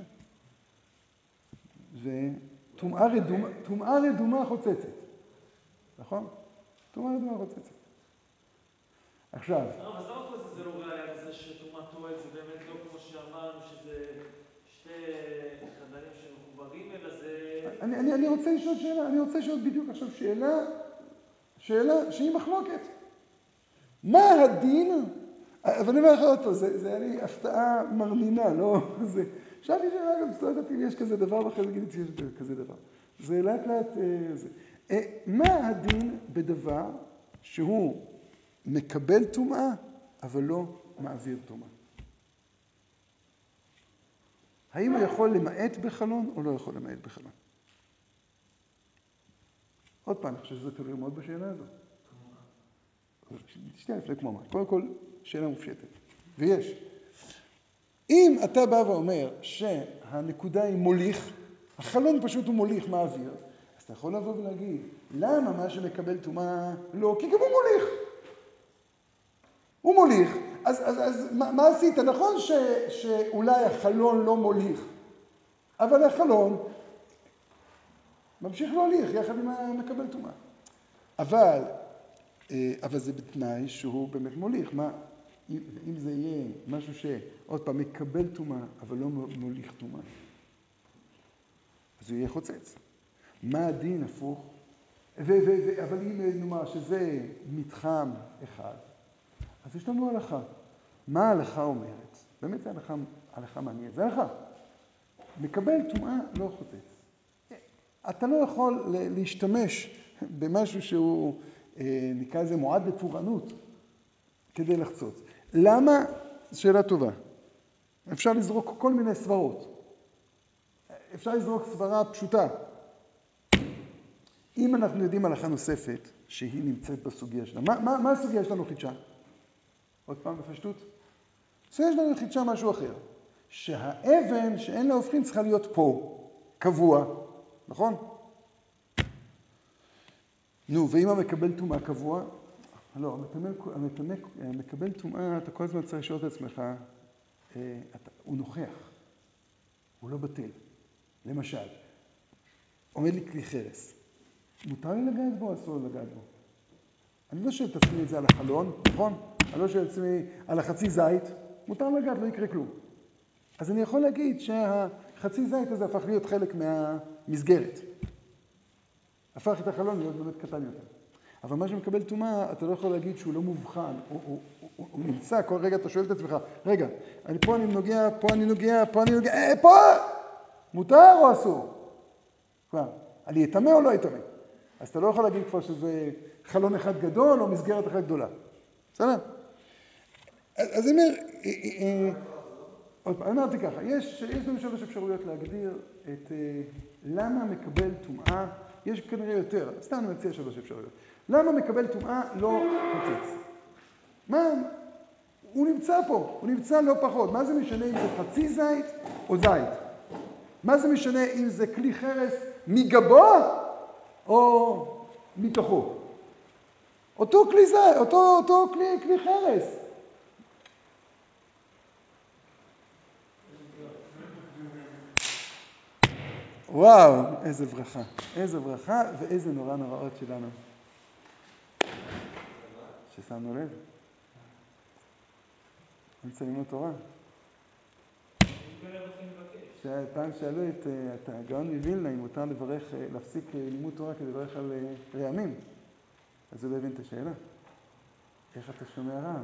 זה טומאה רדומה חוצצת. נכון? טומאה רדומה חוצצת. עכשיו. אז למה כל זה לא ראיה לזה שטומאת אוהל זה באמת לא כמו שאמרנו, שזה שתי חדרים שמחוברים, אלא זה... אני רוצה לשאול שאלה, אני רוצה לשאול בדיוק עכשיו שאלה שהיא מחלוקת. מה הדין? אבל אני אומר לך עוד פה, זה היה לי הפתעה מרנינה, לא? שאלתי שאלה גם, לא יודעת אם יש כזה דבר, ואחרי זה גיליתי שיש כזה דבר. זה לאט לאט זה. מה הדין בדבר שהוא מקבל טומאה, אבל לא מעביר טומאה? האם הוא יכול למעט בחלון או לא יכול למעט בחלון? עוד פעם, אני חושב שזה תלוי מאוד בשאלה הזאת. שנייה לפני כמו מה. קודם כל, שאלה מופשטת. ויש. אם אתה בא ואומר שהנקודה היא מוליך, החלון פשוט הוא מוליך מעביר, אז אתה יכול לבוא ולהגיד, למה מה שמקבל טומאה לא? כי גם הוא מוליך. הוא מוליך. אז מה עשית? נכון שאולי החלון לא מוליך, אבל החלון ממשיך להוליך יחד עם המקבל טומאה. אבל זה בתנאי שהוא באמת מוליך. אם זה יהיה משהו שעוד פעם מקבל טומאה, אבל לא מוליך טומאה, אז הוא יהיה חוצץ. מה הדין הפוך? אבל אם נאמר שזה מתחם אחד, אז יש לנו הלכה. מה ההלכה אומרת? באמת זה הלכה מעניינת. זה הלכה. מקבל טומאה לא חוצץ. אתה לא יכול להשתמש במשהו שהוא, נקרא לזה מועד לפורענות, כדי לחצוץ. למה? שאלה טובה. אפשר לזרוק כל מיני סברות. אפשר לזרוק סברה פשוטה. אם אנחנו יודעים הלכה נוספת, שהיא נמצאת בסוגיה שלנו. מה הסוגיה שלנו חידשה? עוד פעם בפשטות. הסוגיה שלנו חידשה משהו אחר. שהאבן שאין לה הופכין צריכה להיות פה, קבוע. נכון? נו, ואם המקבל טומאה קבוע? לא, המקבל טומאה, אתה כל הזמן צריך לשאול את עצמך, הוא נוכח, הוא לא בטל. למשל, עומד לי כלי חרס. מותר לי לגעת בו, אסור לי לגעת בו. אני לא שואל את עצמי את זה על החלון, נכון? אני לא שואל את עצמי על החצי זית, מותר לי לגעת, לא יקרה כלום. אז אני יכול להגיד שהחצי זית הזה הפך להיות חלק מהמסגרת. הפך את החלון להיות באמת קטן יותר. אבל מה שמקבל טומאה, אתה לא יכול להגיד שהוא לא מובחן, הוא נמצא, כל רגע אתה שואל את עצמך, רגע, פה אני נוגע, פה אני נוגע, פה אני נוגע, פה! מותר או אסור? כבר, אני אטמא או לא אטמא? אז אתה לא יכול להגיד כבר שזה חלון אחד גדול או מסגרת אחת גדולה. בסדר? אז אני אומר, עוד פעם, אני אמרתי ככה, יש לנו 3 אפשרויות להגדיר את למה מקבל טומאה, יש כנראה יותר, סתם אני מציע 3 אפשרויות. למה מקבל טומאה לא חוצץ? מה? הוא נמצא פה, הוא נמצא לא פחות. מה זה משנה אם זה חצי זית או זית? מה זה משנה אם זה כלי חרס מגבו או מתוכו? אותו כלי זית, אותו כלי חרס. וואו, איזה ברכה ואיזה נורא נוראות שלנו. ששמנו לב. אמצע לימוד תורה. פעם שאלו את הגאון מווילנה אם מותר לברך, להפסיק לימוד תורה כדי לברך על רעמים. אז הוא לא הבין את השאלה. איך אתה שומע רעם?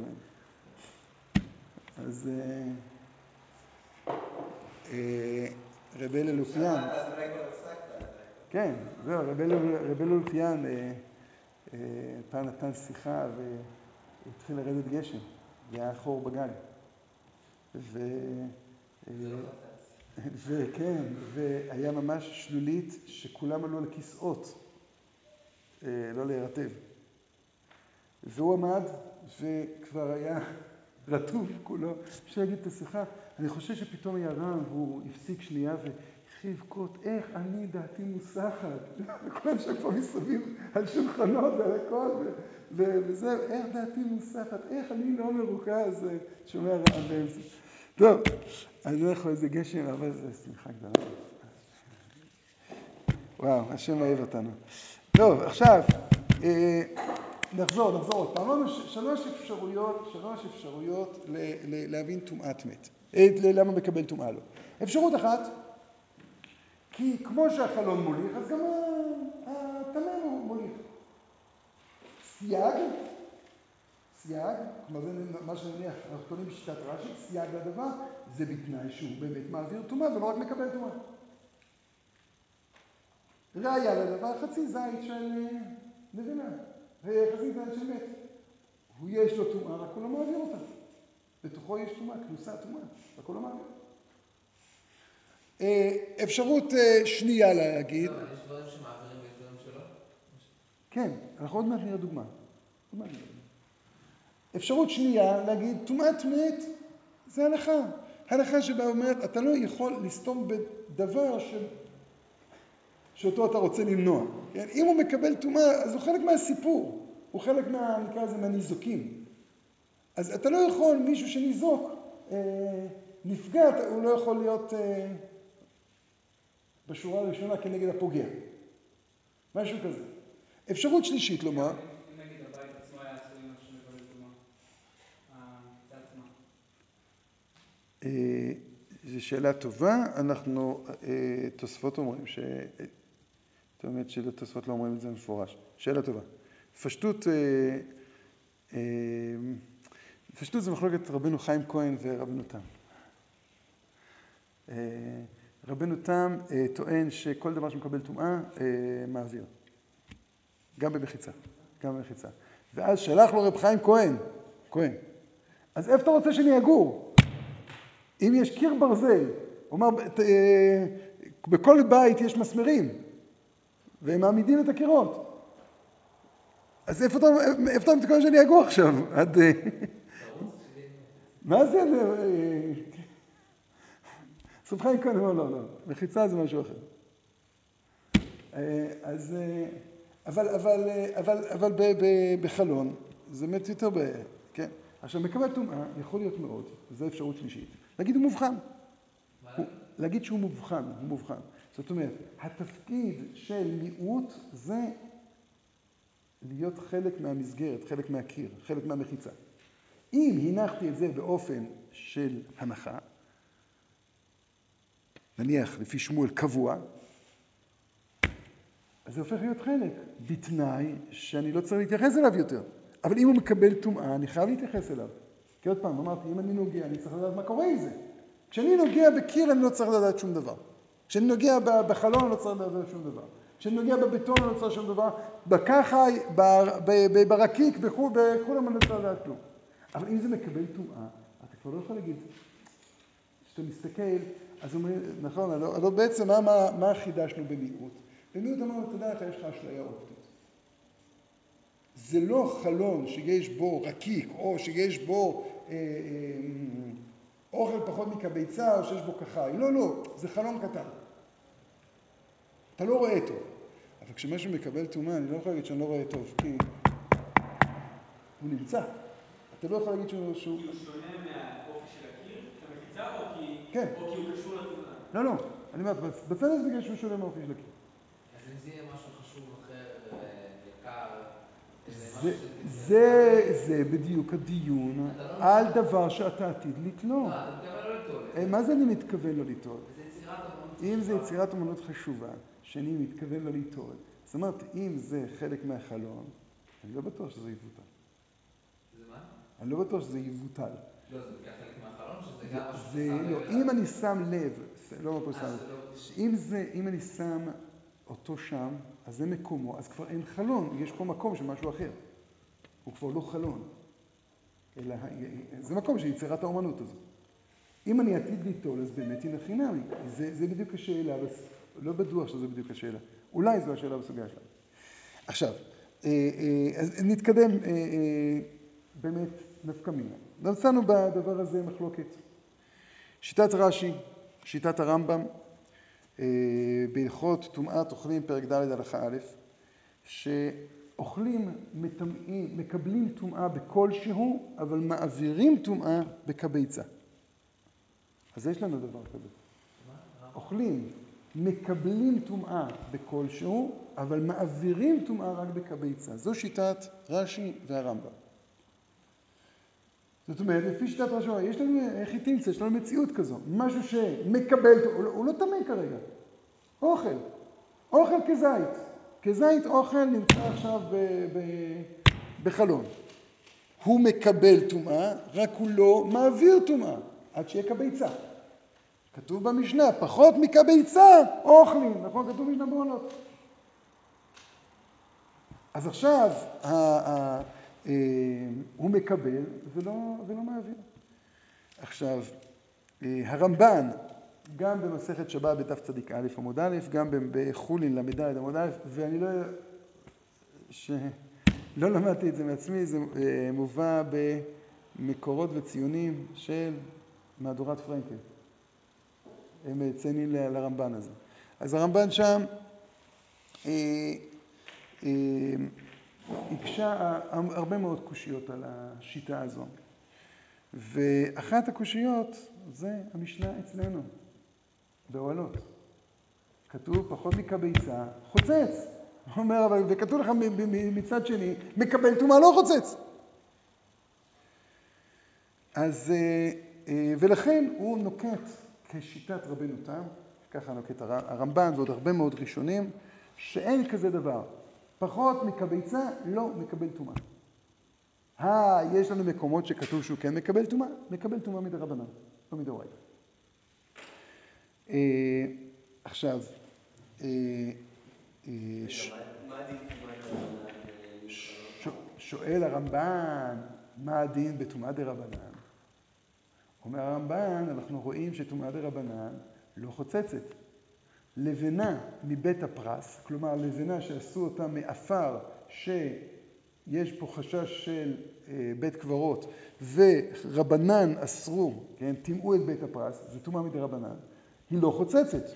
אז רבי אלופיאן. אז אולי כבר הפסקת. כן, זהו, רבי אלופיאן פעם נתן שיחה והתחיל לרדת גשם. זה היה חור בגג. וכן, והיה ממש שלולית שכולם עלו על כיסאות, לא להירטב. והוא עמד וכבר היה רטוב כולו, אפשר להגיד את השיחה, אני חושב שפתאום היה רם והוא הפסיק שנייה והתחיל לבכות, איך אני דעתי מוסחת, וכולם שם כבר מסביב על שולחנות ועל הכל, וזה, איך דעתי מוסחת, איך אני לא מרוכז, שומע רעם באמצע. טוב, אז אנחנו איזה גשם, אבל זה שמחה גדולה. וואו, השם אוהב אותנו. טוב, עכשיו, נחזור עוד פעם. אמרנו 3 אפשרויות להבין טומאת מת. למה מקבל טומאה לו. אפשרות אחת, כי כמו שהחלון מוליך, אז גם הטמא מוליך. סייג, כלומר זה מה שנניח, אנחנו קוראים בשיטת רש"י, סייג לדבר, זה בתנאי שהוא באמת מעביר טומאה ולא רק מקבל טומאה. ראיה לדבר, חצי זית של נבלה, חצי זית של מת. הוא יש לו טומאה, רק הוא לא מעביר אותה. בתוכו יש טומאה, כנוסה טומאה, רק הוא לא מעביר. אפשרות שנייה להגיד. לא, יש דברים שמעבירים ויש דברים שלא? כן, אנחנו עוד מעט נראה דוגמה. אפשרות שנייה להגיד, טומאת מת זה הלכה. הלכה שבה אומרת, אתה לא יכול לסתום בדבר שאותו אתה רוצה למנוע. כן? אם הוא מקבל טומאה, אז הוא חלק מהסיפור. הוא חלק נקרא לזה, מהניזוקים. אז אתה לא יכול, מישהו שניזוק, נפגע, הוא לא יכול להיות בשורה הראשונה כנגד הפוגע. משהו כזה. אפשרות שלישית לומר. אם נגיד הבית עצמו היה עשוי משהו שמקבל טומאה, זה עצמה. זו שאלה טובה. אנחנו, תוספות אומרים זאת אומרת שתוספות לא אומרים את זה מפורש. שאלה טובה. פשטות זה מחלוקת רבנו חיים כהן ורבנו תם. רבנו תם טוען שכל דבר שמקבל טומאה מעביר. גם במחיצה. ואז שלח לו רב חיים כהן. אז איפה אתה רוצה שאני אגור? אם יש קיר ברזל, הוא אומר, בכל בית יש מסמרים, והם מעמידים את הקירות. אז איפה אתה מתכוון שאני אגור עכשיו? מה זה? רב חיים כהן אומר, לא, מחיצה זה משהו אחר. אז, אבל בחלון, זה באמת יותר כן? עכשיו, מקבל טומאה יכול להיות מאוד, וזו אפשרות שלישית. להגיד הוא מובחן. להגיד שהוא מובחן, הוא מובחן. זאת אומרת, התפקיד של מיעוט זה להיות חלק מהמסגרת, חלק מהקיר, חלק מהמחיצה. אם הנחתי את זה באופן של הנחה, נניח לפי שמואל קבוע, אז זה הופך להיות חלק, בתנאי שאני לא צריך להתייחס אליו יותר. אבל אם הוא מקבל טומאה, אני חייב להתייחס אליו. כי עוד פעם, אמרתי, אם אני נוגע, אני צריך לדעת מה קורה עם זה. כשאני נוגע בקיר, אני לא צריך לדעת שום דבר. כשאני נוגע בחלון, אני לא צריך לדעת שום דבר. כשאני נוגע בבטון, אני לא צריך שום דבר. בקחי, ברקיק, בכולם אני לא צריך לדעת כלום. אבל אם זה מקבל טומאה, אתה כבר לא יכול להגיד, כשאתה מסתכל, אז הוא אומר, נכון, אבל בעצם מה חידשנו במיעוט? במיעוט אמרנו, תדע לך, יש לך אשליה אופטית. זה לא חלון שיש בו רקיק, או שיש בו אוכל פחות מקביצה, או שיש בו כחי. לא, לא, זה חלון קטן. אתה לא רואה טוב. אבל כשמשהו מקבל טומאה, אני לא יכול להגיד שאני לא רואה טוב, כי הוא נמצא. אתה לא יכול להגיד שהוא... כי הוא שונה מהאופי של הקיר, של המחיצה, כן. או כי הוא קשור לטומאה? לא, לא. אני אומר, בצד הזה בגלל שהוא שונה מהאופי של הקיר. אז אם זה יהיה משהו חשוב אחר, יקר, זה בדיוק הדיון על דבר שאתה עתיד לתלות. לא, אתה מתכוון לא ליטול. מה זה אני מתכוון לא ליטול? זה יצירת אמנות חשובה. אם זה יצירת אמנות חשובה, שאני מתכוון לא ליטול, זאת אומרת, אם זה חלק מהחלון, אני לא בטוח שזה יבוטל. שזה מה? אני לא בטוח שזה יבוטל. לא, זה בכלל חלק מהחלון, שזה גם משהו זה ששם לא, לב אם אני שם לב, לא מה פה שם שזה לב, אם אני שם אותו שם, אז זה מקומו, אז כבר אין חלון, יש פה מקום של משהו אחר. הוא כבר לא חלון, אלא זה מקום של יצירת האומנות הזו. אם אני עתיד ליטול, אז באמת היא חינמי. זה בדיוק השאלה, אבל לא בטוח שזה בדיוק השאלה. אולי זו השאלה בסוגיה שלנו. עכשיו, אז נתקדם באמת נפקא מינה. נמצאנו בדבר הזה מחלוקת. שיטת רש"י, שיטת הרמב"ם, בהלכות טומאת אוכלים פרק ד' הלכה א', שאוכלים מטמאים, מקבלים טומאה בכלשהו, אבל מעבירים טומאה בקביצה. אז יש לנו דבר כזה. אוכלים, מקבלים טומאה בכלשהו, אבל מעבירים טומאה רק בקביצה. זו שיטת רש"י והרמב"ם. זאת אומרת, לפי שיטת רש"י, יש לנו חיטינצה, יש לנו מציאות כזו. משהו שמקבל, הוא לא טמא כרגע. אוכל כזית. כזית אוכל נמצא עכשיו בחלון. הוא מקבל טומאה, רק הוא לא מעביר טומאה, עד שיהיה קביצה. כתוב במשנה, פחות מקביצה אוכלים, נכון? כתוב במשנה בעונות. אז עכשיו הוא מקבל ולא מעביר. עכשיו, הרמב"ן, גם במסכת שבת בדף צדיק א' עמוד א', גם בחולין למד עמוד א', ואני לא למדתי את זה מעצמי, זה מובא במקורות וציונים של מהדורת פרנקל. הם ציינים לרמב"ן הזה. אז הרמב"ן שם הקשה הרבה מאוד קושיות על השיטה הזו. ואחת הקושיות זה המשנה אצלנו, באוהלות. כתוב פחות מקביצה, חוצץ. הוא אומר, אבל וכתוב לך מצד שני, מקבל טומאה לא חוצץ. אז, ולכן הוא נוקט כשיטת רבנו תם, ככה נוקט הרמב"ן ועוד הרבה מאוד ראשונים, שאין כזה דבר. פחות מקביצה לא מקבל טומאה. יש לנו מקומות שכתוב שהוא כן מקבל טומאה, מקבל טומאה מדרבנן, לא מדאורייתא. עכשיו, מה הדין טומאת דרבנן במכללות? שואל הרמב"ן, מה הדין בטומאת דרבנן? אומר הרמב"ן, אנחנו רואים שטומאת דרבנן לא חוצצת. לבנה מבית הפרס, כלומר לבנה שעשו אותה מאפר שיש פה חשש של בית קברות, ורבנן אסרו, כן, טימאו את בית הפרס, זה טומאה מדרבנן, היא לא חוצצת.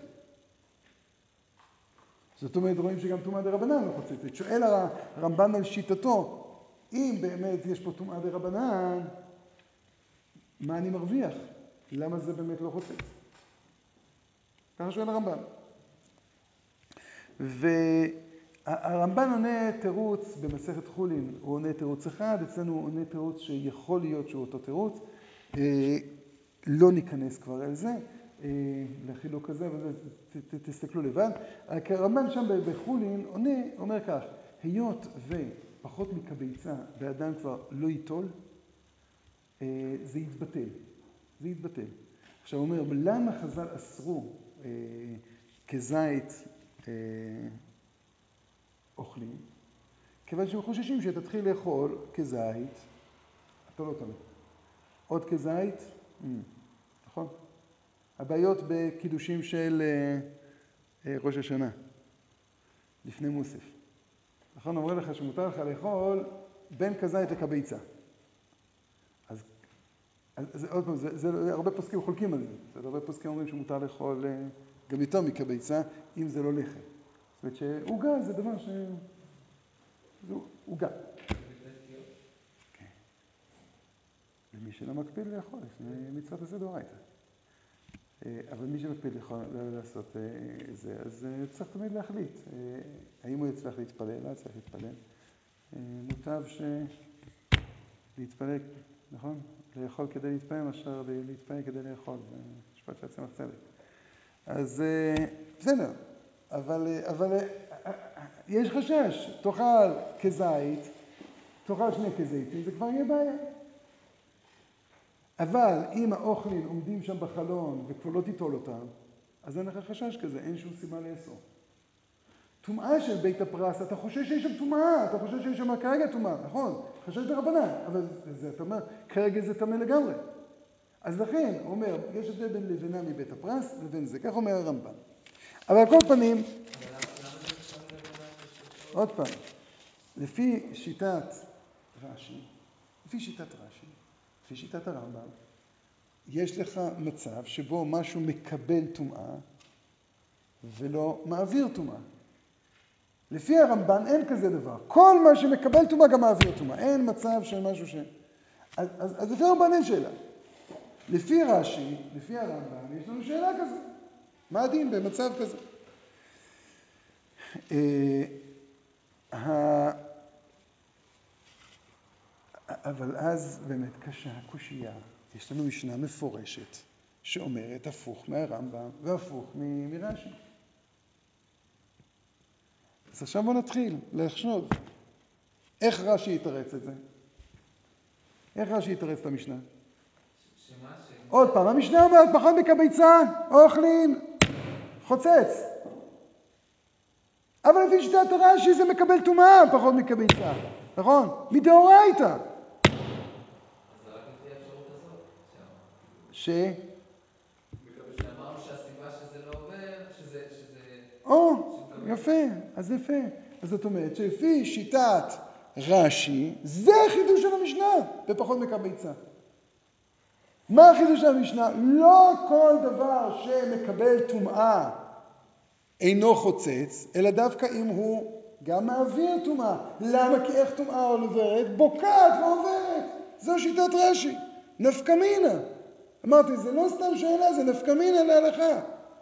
זאת אומרת, רואים שגם טומאה דרבנן לא חוצצת. שואל הרמב"ן על שיטתו, אם באמת יש פה טומאה דרבנן, מה אני מרוויח? למה זה באמת לא חוצץ? ככה שואל הרמב"ן. והרמב"ן עונה תירוץ במסכת חולין, הוא עונה תירוץ אחד, אצלנו הוא עונה תירוץ שיכול להיות שהוא אותו תירוץ, לא ניכנס כבר על זה, לחילוק כזה, אבל תסתכלו לבד. הרמב"ן שם בחולין עונה, אומר כך, היות פחות מקביצה באדם כבר לא ייטול, זה יתבטל. זה יתבטל. עכשיו הוא אומר, למה חז"ל אסרו כזית אוכלים? כיוון שהם חוששים שתתחיל לאכול כזית, אתה לא תמיד. עוד כזית, נכון? הבעיות בקידושים של ראש השנה, לפני מוסף. נכון, אומרים לך שמותר לך לאכול בין כזית לכביצה. אז עוד פעם, הרבה פוסקים חולקים על זה. הרבה פוסקים אומרים שמותר לאכול גם יותר מכביצה, אם זה לא לחם. זאת אומרת שעוגה זה דבר ש... זו עוגה. כן. למי שלא מקפיד לאכול, לפני מצוות עשה דאורייתא. אבל מי שמקפיד לעשות זה, אז צריך תמיד להחליט. האם הוא יצטרך להתפלל, לא יצטרך להתפלל. מוטב להתפלל, נכון? לאכול כדי להתפלל, מאשר להתפלל כדי לאכול. זה משפט שיוצא מהצדק. אז בסדר. אבל יש חשש. תאכל כזית, תאכל שני כזיתים, זה כבר יהיה בעיה. אבל אם האוכלים עומדים שם בחלון וכבר לא תיטול אותם, אז אין לך חשש כזה, אין שום סיבה לאסור. טומאה של בית הפרס, אתה חושב שיש שם טומאה, אתה חושב שיש שם כרגע טומאה, נכון? חשש ברבנן, אבל זה, אתה אומר, כרגע זה טמא לגמרי. אז לכן, הוא אומר, יש הבדל בין לבנה מבית הפרס לבין זה, כך אומר הרמב"ן. אבל על כל פנים, עוד פעם, לפי שיטת רש"י, לפי שיטת הרמב"ם, יש לך מצב שבו משהו מקבל טומאה ולא מעביר טומאה. לפי הרמב"ן אין כזה דבר. כל מה שמקבל טומאה גם מעביר טומאה. אין מצב של משהו ש... אז לפי הרמב"ן אין שאלה. לפי רש"י, לפי הרמב"ן, יש לנו שאלה כזאת. מה הדין במצב כזה? אבל אז באמת קושייה. יש לנו משנה מפורשת שאומרת הפוך מהרמב"ם והפוך מרש"י. אז עכשיו בוא נתחיל לחשוב. איך רש"י יתרץ את זה? איך רש"י יתרץ את המשנה? עוד פעם, המשנה אומרת פחות מקביצה, אוכלים, חוצץ. אבל לפי שיטת רש"י זה מקבל טומאה פחות מקביצה, נכון? מדאורייתא. אז זה רק לפי האפשרות הזאת, שאמרנו שהסיבה שזה לא עובר, יפה, אז יפה. אז זאת אומרת שלפי שיטת רש"י, זה החידוש של המשנה, בפחות מקביצה. מה החידוש של המשנה? לא כל דבר שמקבל טומאה אינו חוצץ, אלא דווקא אם הוא גם מעביר טומאה. למה? כי איך טומאה עוברת? בוקעת ועוברת. זו שיטת רש"י. נפקא מינה. אמרתי, זה לא סתם שאלה, זה נפקא מינה להלכה.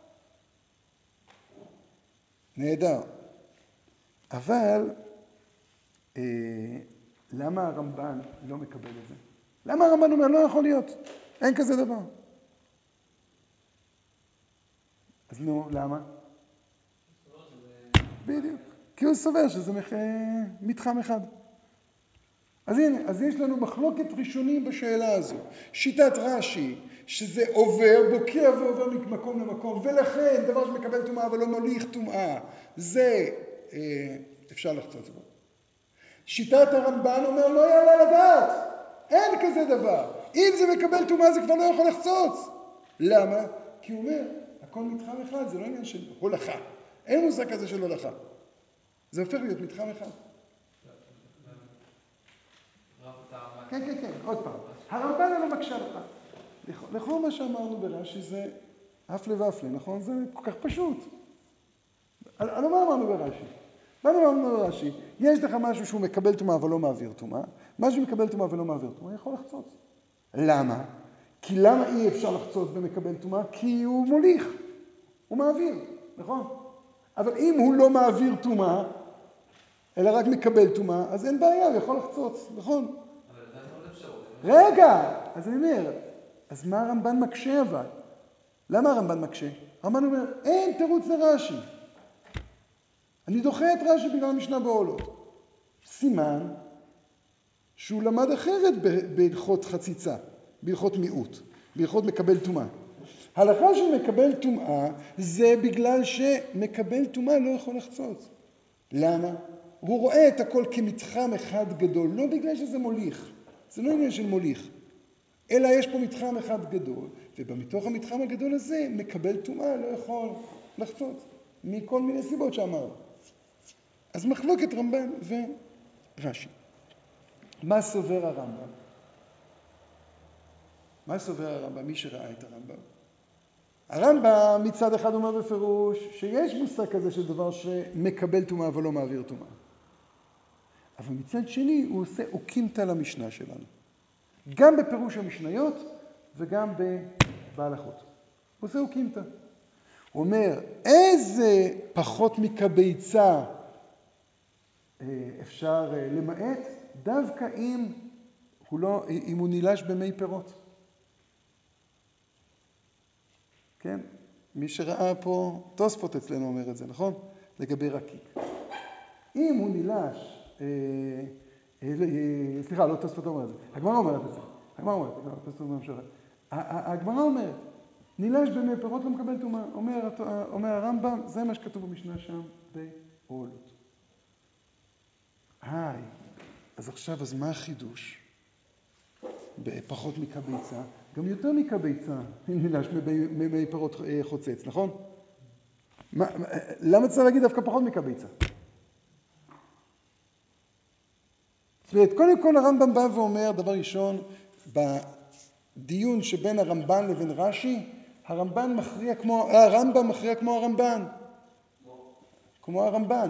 נהדר. אבל למה הרמב"ן לא מקבל את זה? למה הרמב"ן אומר, לא יכול להיות? אין כזה דבר. אז נו, למה? בדיוק. כי הוא סובר שזה מתחם אחד. אז הנה, אז יש לנו מחלוקת ראשונים בשאלה הזו. שיטת רש"י, שזה עובר, בוקע ועובר ממקום למקום, ולכן דבר שמקבל טומאה אבל לא מוליך טומאה, זה אפשר לחצוץ בו. שיטת הרמב"ן אומר, לא יעלה לדעת. אין כזה דבר. אם זה מקבל טומאה זה כבר לא יכול לחצוץ. למה? כי הוא אומר, הכל מתחם אחד, זה לא עניין של הולכה. אין מושג כזה של הולכה. זה הופך להיות מתחם אחד. כן, עוד פעם. הרמב"ן לא מקשה לך. לכל מה שאמרנו ברש"י זה הפלא ופלא, נכון? זה כל כך פשוט. על מה אמרנו ברש"י? מה אמרנו ברש"י? יש לך משהו שהוא מקבל טומאה אבל לא מעביר טומאה. מה שמקבל טומאה ולא מעביר טומאה יכול לחצוץ. למה? כי למה אי אפשר לחצוץ במקבל טומאה? כי הוא מוליך. הוא מעביר, נכון? אבל אם הוא לא מעביר טומאה, אלא רק מקבל טומאה, אז אין בעיה, הוא יכול לחצוץ, נכון? אבל נתנו עוד אפשרות. רגע, אז אני אומר, אז מה הרמב"ן מקשה אבל? למה הרמב"ן מקשה? הרמב"ן אומר, אין תירוץ לרש"י. אני דוחה את רש"י בגלל המשנה בעולות. סימן שהוא למד אחרת בהלכות חציצה, בהלכות מיעוט, בהלכות מקבל טומאה. ההלכה של מקבל טומאה זה בגלל שמקבל טומאה לא יכול לחצות. למה? הוא רואה את הכל כמתחם אחד גדול, לא בגלל שזה מוליך, זה לא עניין של מוליך, אלא יש פה מתחם אחד גדול, ובמתוך המתחם הגדול הזה מקבל טומאה לא יכול לחצות, מכל מיני סיבות שאמרנו. אז מחלוקת רמב"ן ורש"י. מה סובר הרמב"ם? מה סובר הרמב"ם? מי שראה את הרמב"ם? הרמב"ם מצד אחד אומר בפירוש שיש מושג כזה של דבר שמקבל טומאה ולא מעביר טומאה. אבל מצד שני הוא עושה אוקימתא למשנה שלנו. גם בפירוש המשניות וגם בהלכות. הוא עושה אוקימתא. הוא אומר, איזה פחות מקביצה אפשר למעט, דווקא אם הוא נילש במי פירות. כן? מי שראה פה, תוספות אצלנו אומר את זה, נכון? לגבי רקיק. אם הוא נילש, סליחה, לא תוספות אומר את זה, הגמרא אומרת את זה. הגמרא אומרת, נילש במי פירות לא מקבל טומאה. אומר הרמב"ם, זה מה שכתוב במשנה שם בעולות. אז עכשיו, אז מה החידוש? בפחות מקביצה, גם יותר מקביצה, אם נילש ממי פירות חוצץ, נכון? למה צריך להגיד דווקא פחות מקביצה? זאת אומרת, קודם כל הרמב"ם בא ואומר, דבר ראשון, בדיון שבין הרמב"ן לבין רש"י, הרמב"ם מכריע כמו הרמב"ן. כמו הרמב"ן.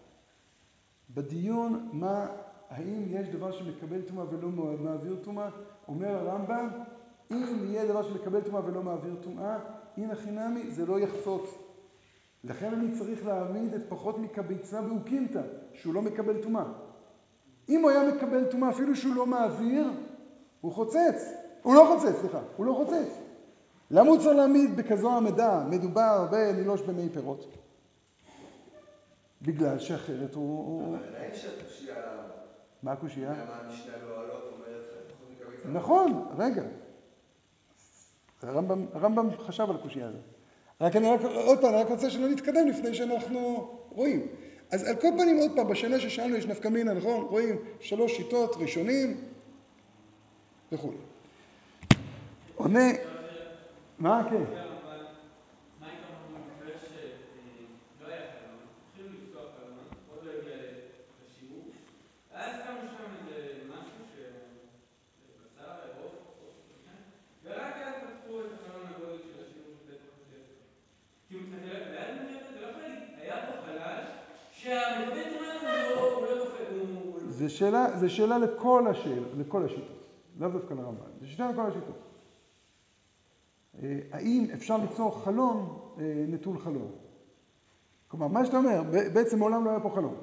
בדיון, האם יש דבר שמקבל טומאה ולא מעביר טומאה? אומר הרמב"ם, אם יהיה דבר שמקבל טומאה ולא מעביר טומאה, אם החינמי זה לא יחצות. לכן אני צריך להעמיד את פחות מקביצה באוקימתא, שהוא לא מקבל טומאה. אם הוא היה מקבל טומאה אפילו שהוא לא מעביר, הוא לא חוצץ. למה הוא צריך להעמיד בכזו עמדה? מדובר בנילוש במי פירות. בגלל שאחרת הוא... אבל עדיין שהקושייה... מה הקושייה? למה המשנה בעולות אומרת פחות מקביצה? נכון, רגע. הרמב"ם חשב על הקושייה הזאת. עוד פעם, אני רק רוצה שלא נתקדם לפני שאנחנו רואים. אז על כל פנים, עוד פעם, בשאלה ששאלנו יש נפקא מינה, נכון? רואים 3 שיטות ראשונים וכו'. עונה... מה? כן. מה היית אומר במקרה שלא היה חלון, התחילו לפתוח חלון, עוד לא הגיע לשיעור, ואז קם שם איזה משהו בשר, עוף, ורק אז פתחו את החלון הגודל של השיעור של ט' וחצי 10. כאילו, ואז מביא אתה לא יכול להגיד, היה פה חלש, שהמקבל טומאה הוא לא דופק, זה שאלה לכל השיטות, לאו דווקא לרמב"ן, זה שאלה לכל השיטות. האם אפשר ליצור חלון נטול חלון? כלומר, מה שאתה אומר, בעצם מעולם לא היה פה חלון.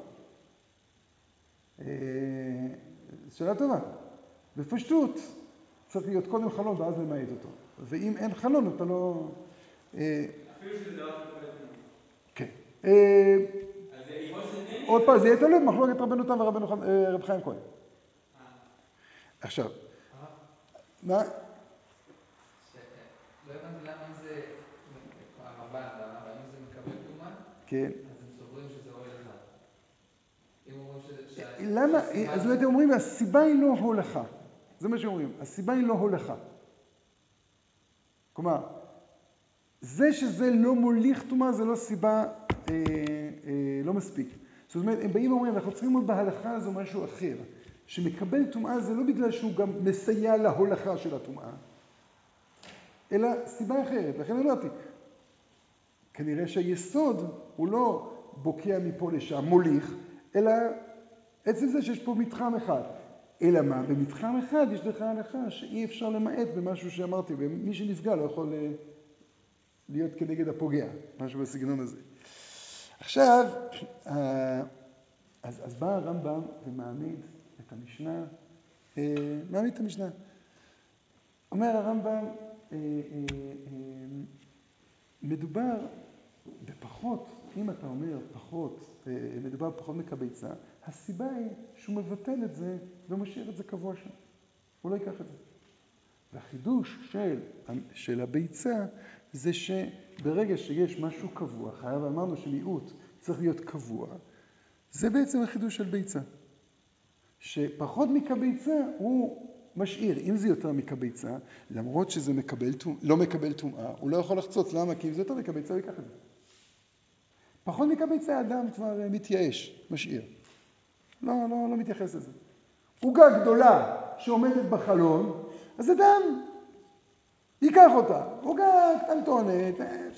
שאלה טובה. בפשטות צריך להיות קודם חלון ואז למעט אותו. ואם אין חלון אתה לא... אפילו שזה דבר שמקבל טומאה. כן. אז יכול שזה כן... עוד פעם, זה יהיה תלוי במחלוקת רבנו תם ורב חיים כהן. עכשיו, מה? לא הבנתי למה אם זה הרמב"ן והרמב"ם, אם זה מקבל טומאה, כן. אז הם סוברים שזה אוהל אחד. אם אומרים שזה... למה? אז אתם אומרים, הסיבה היא לא הולכה. זה מה שאומרים, הסיבה היא לא הולכה. כלומר, זה שזה לא מוליך טומאה זה לא סיבה, לא מספיק. זאת אומרת, הם באים ואומרים, אנחנו צריכים ללמוד בהלכה הזו משהו אחר. שמקבל טומאה זה לא בגלל שהוא גם מסייע להולכה של הטומאה, אלא סיבה אחרת. לכן אמרתי, כנראה שהיסוד הוא לא בוקע מפה לשם, מוליך, אלא עצם זה שיש פה מתחם אחד. אלא מה? במתחם אחד יש דרך ההלכה שאי אפשר למעט במשהו שאמרתי, ומי שנפגע לא יכול להיות כנגד הפוגע, משהו בסגנון הזה. עכשיו, אז בא הרמב"ם ומעמיד את המשנה, מעמיד את המשנה. אומר הרמב"ם, מדובר בפחות אם אתה אומר פחות, מדובר פחות מקביצה, הסיבה היא שהוא מבטל את זה ומשאיר את זה קבוע שם. הוא לא ייקח את זה. והחידוש של הביצה זה שברגע שיש משהו קבוע, חייב אמרנו שמיעוט צריך להיות קבוע, זה בעצם החידוש של ביצה. שפחות מקביצה הוא משאיר. אם זה יותר מקביצה, למרות שזה לא מקבל טומאה, הוא לא יכול לחצוץ. למה? כי אם זה יותר מקביצה, הוא ייקח את זה. פחות מקביצה, האדם כבר מתייאש, משאיר. לא מתייחס לזה. עוגה גדולה שעומדת בחלון, אז אדם ייקח אותה. עוגה קטנטונת.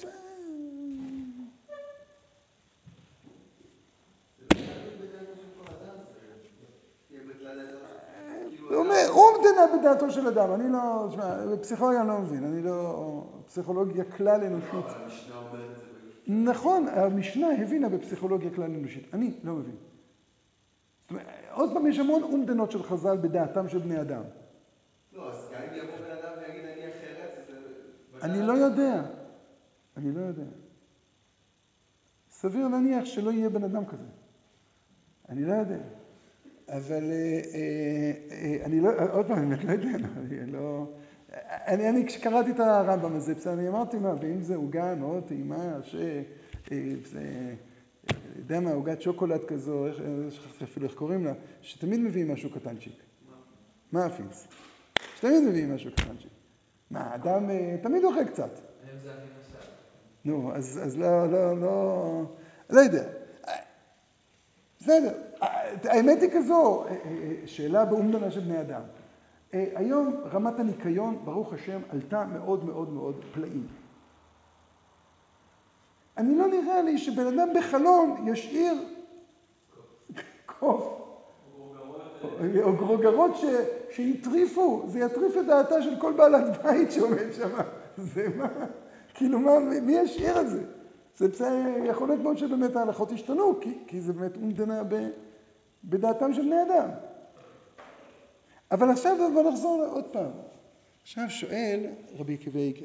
אומדנה בדעתו של אדם. אני לא, בפסיכולוגיה אני לא מבין. פסיכולוגיה כלל אנושית. אבל המשנה אומרת את זה. נכון, המשנה הבינה בפסיכולוגיה כלל אנושית. אני לא מבין. עוד פעם, יש המון אומדנות של חז"ל בדעתם של בני אדם. לא, אז גם אם יבוא בן אדם ויגיד אני אחרת, זה... אני לא יודע. סביר להניח שלא יהיה בן אדם כזה. אני לא יודע. אבל אני לא, עוד פעם, אני לא יודע. אני כשקראתי את הרמב"ם הזה, אני אמרתי מה, ואם זה עוגה מאוד טעימה, יודע מה, עוגת שוקולד כזו, אפילו איך קוראים לה, שתמיד מביאים משהו קטנצ'יק. מאפינס. שתמיד מביאים משהו קטנצ'יק. מה, אדם תמיד אוכל קצת. היום זה הכי נחשב. נו, אז לא יודע. בסדר. האמת היא כזו, שאלה באומדנה של בני אדם. היום רמת הניקיון, ברוך השם, עלתה מאוד מאוד מאוד פלאים. אני לא נראה לי שבן אדם בחלון ישאיר קוף. או גרוגרות שיטריפו, זה יטריף את דעתה של כל בעלת בית שעומד שם. זה מה? כאילו מה, מי ישאיר את זה? זה יכול להיות מאוד שבאמת ההלכות השתנו, כי זה באמת אומדנה בדעתם של בני אדם. אבל עכשיו בוא נחזור עוד פעם. עכשיו שואל רבי עקיבא איגר.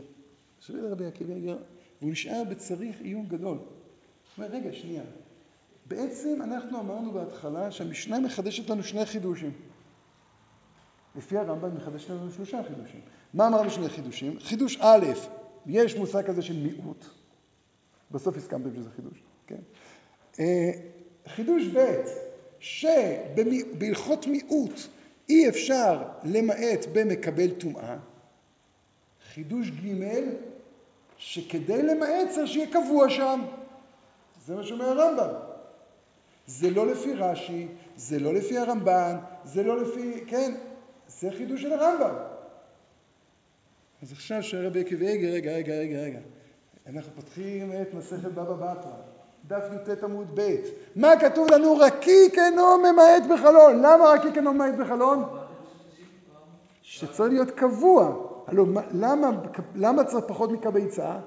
והוא נשאר בצריך עיון גדול. הוא אומר, רגע, שנייה. בעצם אנחנו אמרנו בהתחלה שהמשנה מחדשת לנו שני חידושים. לפי הרמב"ם מחדשת לנו 3 חידושים. מה אמרנו שני חידושים? חידוש א', יש מושג כזה של מיעוט. בסוף הסכמתם שזה חידוש, כן? חידוש ב', שבהלכות מיעוט אי אפשר למעט במקבל טומאה. חידוש ג', שכדי למעט צריך שיהיה קבוע שם. זה מה שאומר הרמב"ם. זה לא לפי רש"י, זה לא לפי הרמב"ן, זה לא לפי, כן, זה חידוש של הרמב"ם. אז עכשיו שרבי עקיבא איגר, רגע. אנחנו פותחים את מסכת בבא בתרא, דף י"ט עמוד ב'. מה כתוב לנו? רקיק אינו ממעט בחלון. למה רקיק אינו ממעט בחלון? שצריך להיות קבוע. הלוא, למה צריך פחות מקביצה?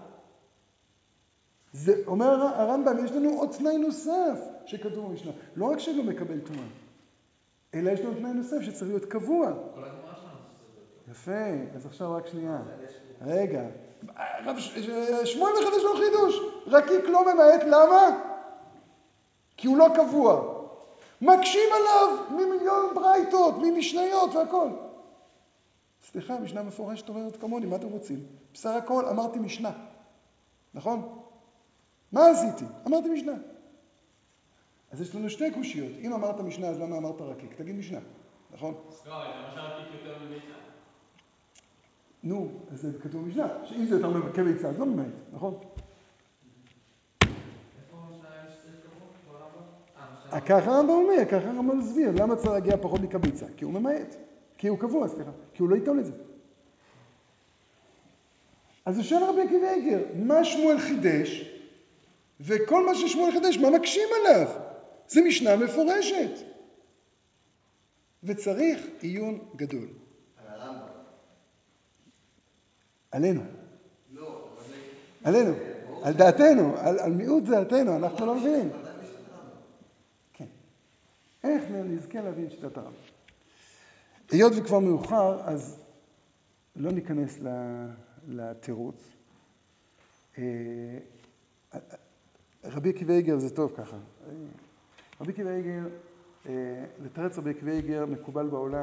זה אומר הרמב"ם, יש לנו עוד תנאי נוסף שכתוב במשנה. לא רק שלא מקבל טומאה, אלא יש לנו תנאי נוסף שצריך להיות קבוע. כל הגמרא שלנו שצריך להיות קבוע. יפה, אז עכשיו רק שנייה. רגע. שמואל מחדש לו חידוש. רקיק לא ממעט, למה? כי הוא לא קבוע. מקשים עליו ממיליון ברייתות, ממשניות והכל. סליחה, משנה מפורשת אומרת כמוני, מה אתם רוצים? בסך הכל אמרתי משנה. נכון? מה עשיתי? אמרתי משנה. אז יש לנו 2 קושיות. אם אמרת משנה, אז למה אמרת רקיק? תגיד משנה. נכון? לא, למה שהרקיק יותר מביצה? נו, אז זה כתוב משנה. שאם זה יותר מביצה, אז לא ממעט, נכון? איפה המשנה האלה שצריך קבוע ברמב"ם? ככה הרמב"ם אומר, ככה הרמב"ם מסביר. למה צריך להגיע פחות מקביצה? כי הוא ממעט. כי הוא קבוע, סליחה. כי הוא לא ייתן לזה. אז הוא שואל רבי עקיבא איגר, מה שמואל חידש? וכל מה ששמואל חידש, מה מקשים עליו? זה משנה מפורשת. וצריך עיון גדול. על הרמב"ם. עלינו. לא, אבל זה... עלינו. על דעתנו. על מיעוט דעתנו. אנחנו לא מבינים. כן. איך נזכה להבין שיטת הרמב"ם? היות וכבר מאוחר, אז לא ניכנס לתירוץ. רבי עקיבא איגר זה טוב ככה. רבי עקיבא איגר, לתרץ רבי עקיבא איגר מקובל בעולם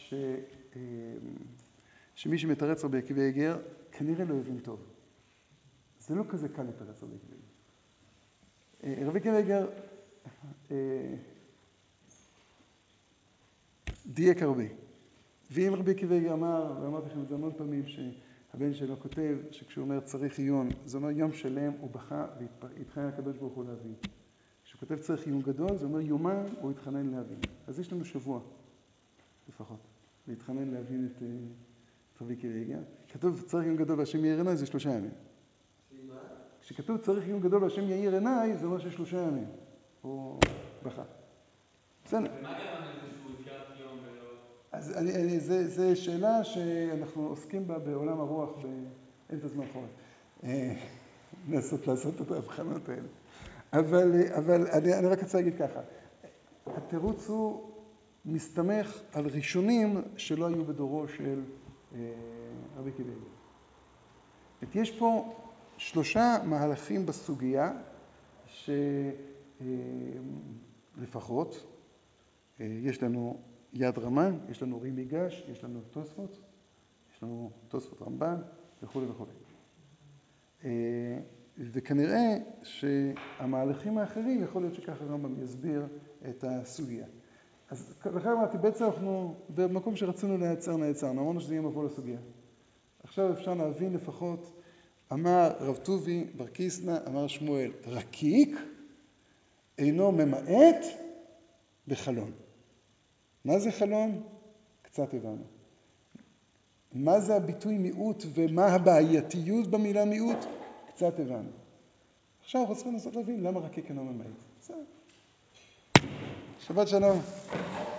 שמי שמתרץ רבי עקיבא איגר כנראה לא הבין טוב. זה לא כזה קל לתרץ רבי עקיבא איגר. רבי עקיבא איגר דייק הרבה. ואם רבי עקיבא איגר אמר, ואמרתי לכם את זה המון פעמים, שהבן שלו כותב שכשהוא אומר צריך עיון, זה אומר יום שלם הוא בכה והתחנן לקדוש ברוך הוא להבין. כשהוא כותב צריך עיון גדול, זה אומר יומיים הוא התחנן להבין. אז יש לנו שבוע לפחות, להתחנן להבין את רבי עקיבא איגר. כתוב צריך עיון גדול והשם יאיר עיניי, זה 3 ימים. כשכתוב צריך עיון גדול והשם יאיר עיניי, זה אומר ש3 ימים. הוא בכה. בסדר. ומה גרם לזה שהוא הזכר רק יום ולא... אז זו שאלה שאנחנו עוסקים בה בעולם הרוח באמצע זמן חורף. לעשות את ההבחנות האלה. אבל אני רק רוצה להגיד ככה. התירוץ הוא מסתמך על ראשונים שלא היו בדורו של רבי עקיבא איגר. יש פה 3 מהלכים בסוגיה שלפחות יש לנו יד רמן, יש לנו רי מיגש, יש לנו תוספות רמב"ן וכו' וכו'. וכנראה שהמהלכים האחרים יכול להיות שככה רמב"ם יסביר את הסוגיה. אז לכן אמרתי, בעצם אנחנו במקום שרצינו נעצרנו, אמרנו שזה יהיה מבוא לסוגיה. עכשיו אפשר להבין לפחות, אמר רב טובי בר קיסנא, אמר שמואל, רקיק אינו ממעט בחלון. מה זה חלון? קצת הבנו. מה זה הביטוי מיעוט ומה הבעייתיות במילה מיעוט? קצת הבנו. עכשיו אנחנו צריכים לנסות להבין למה רקיק אינו ממעט. בסדר. שבת שלום.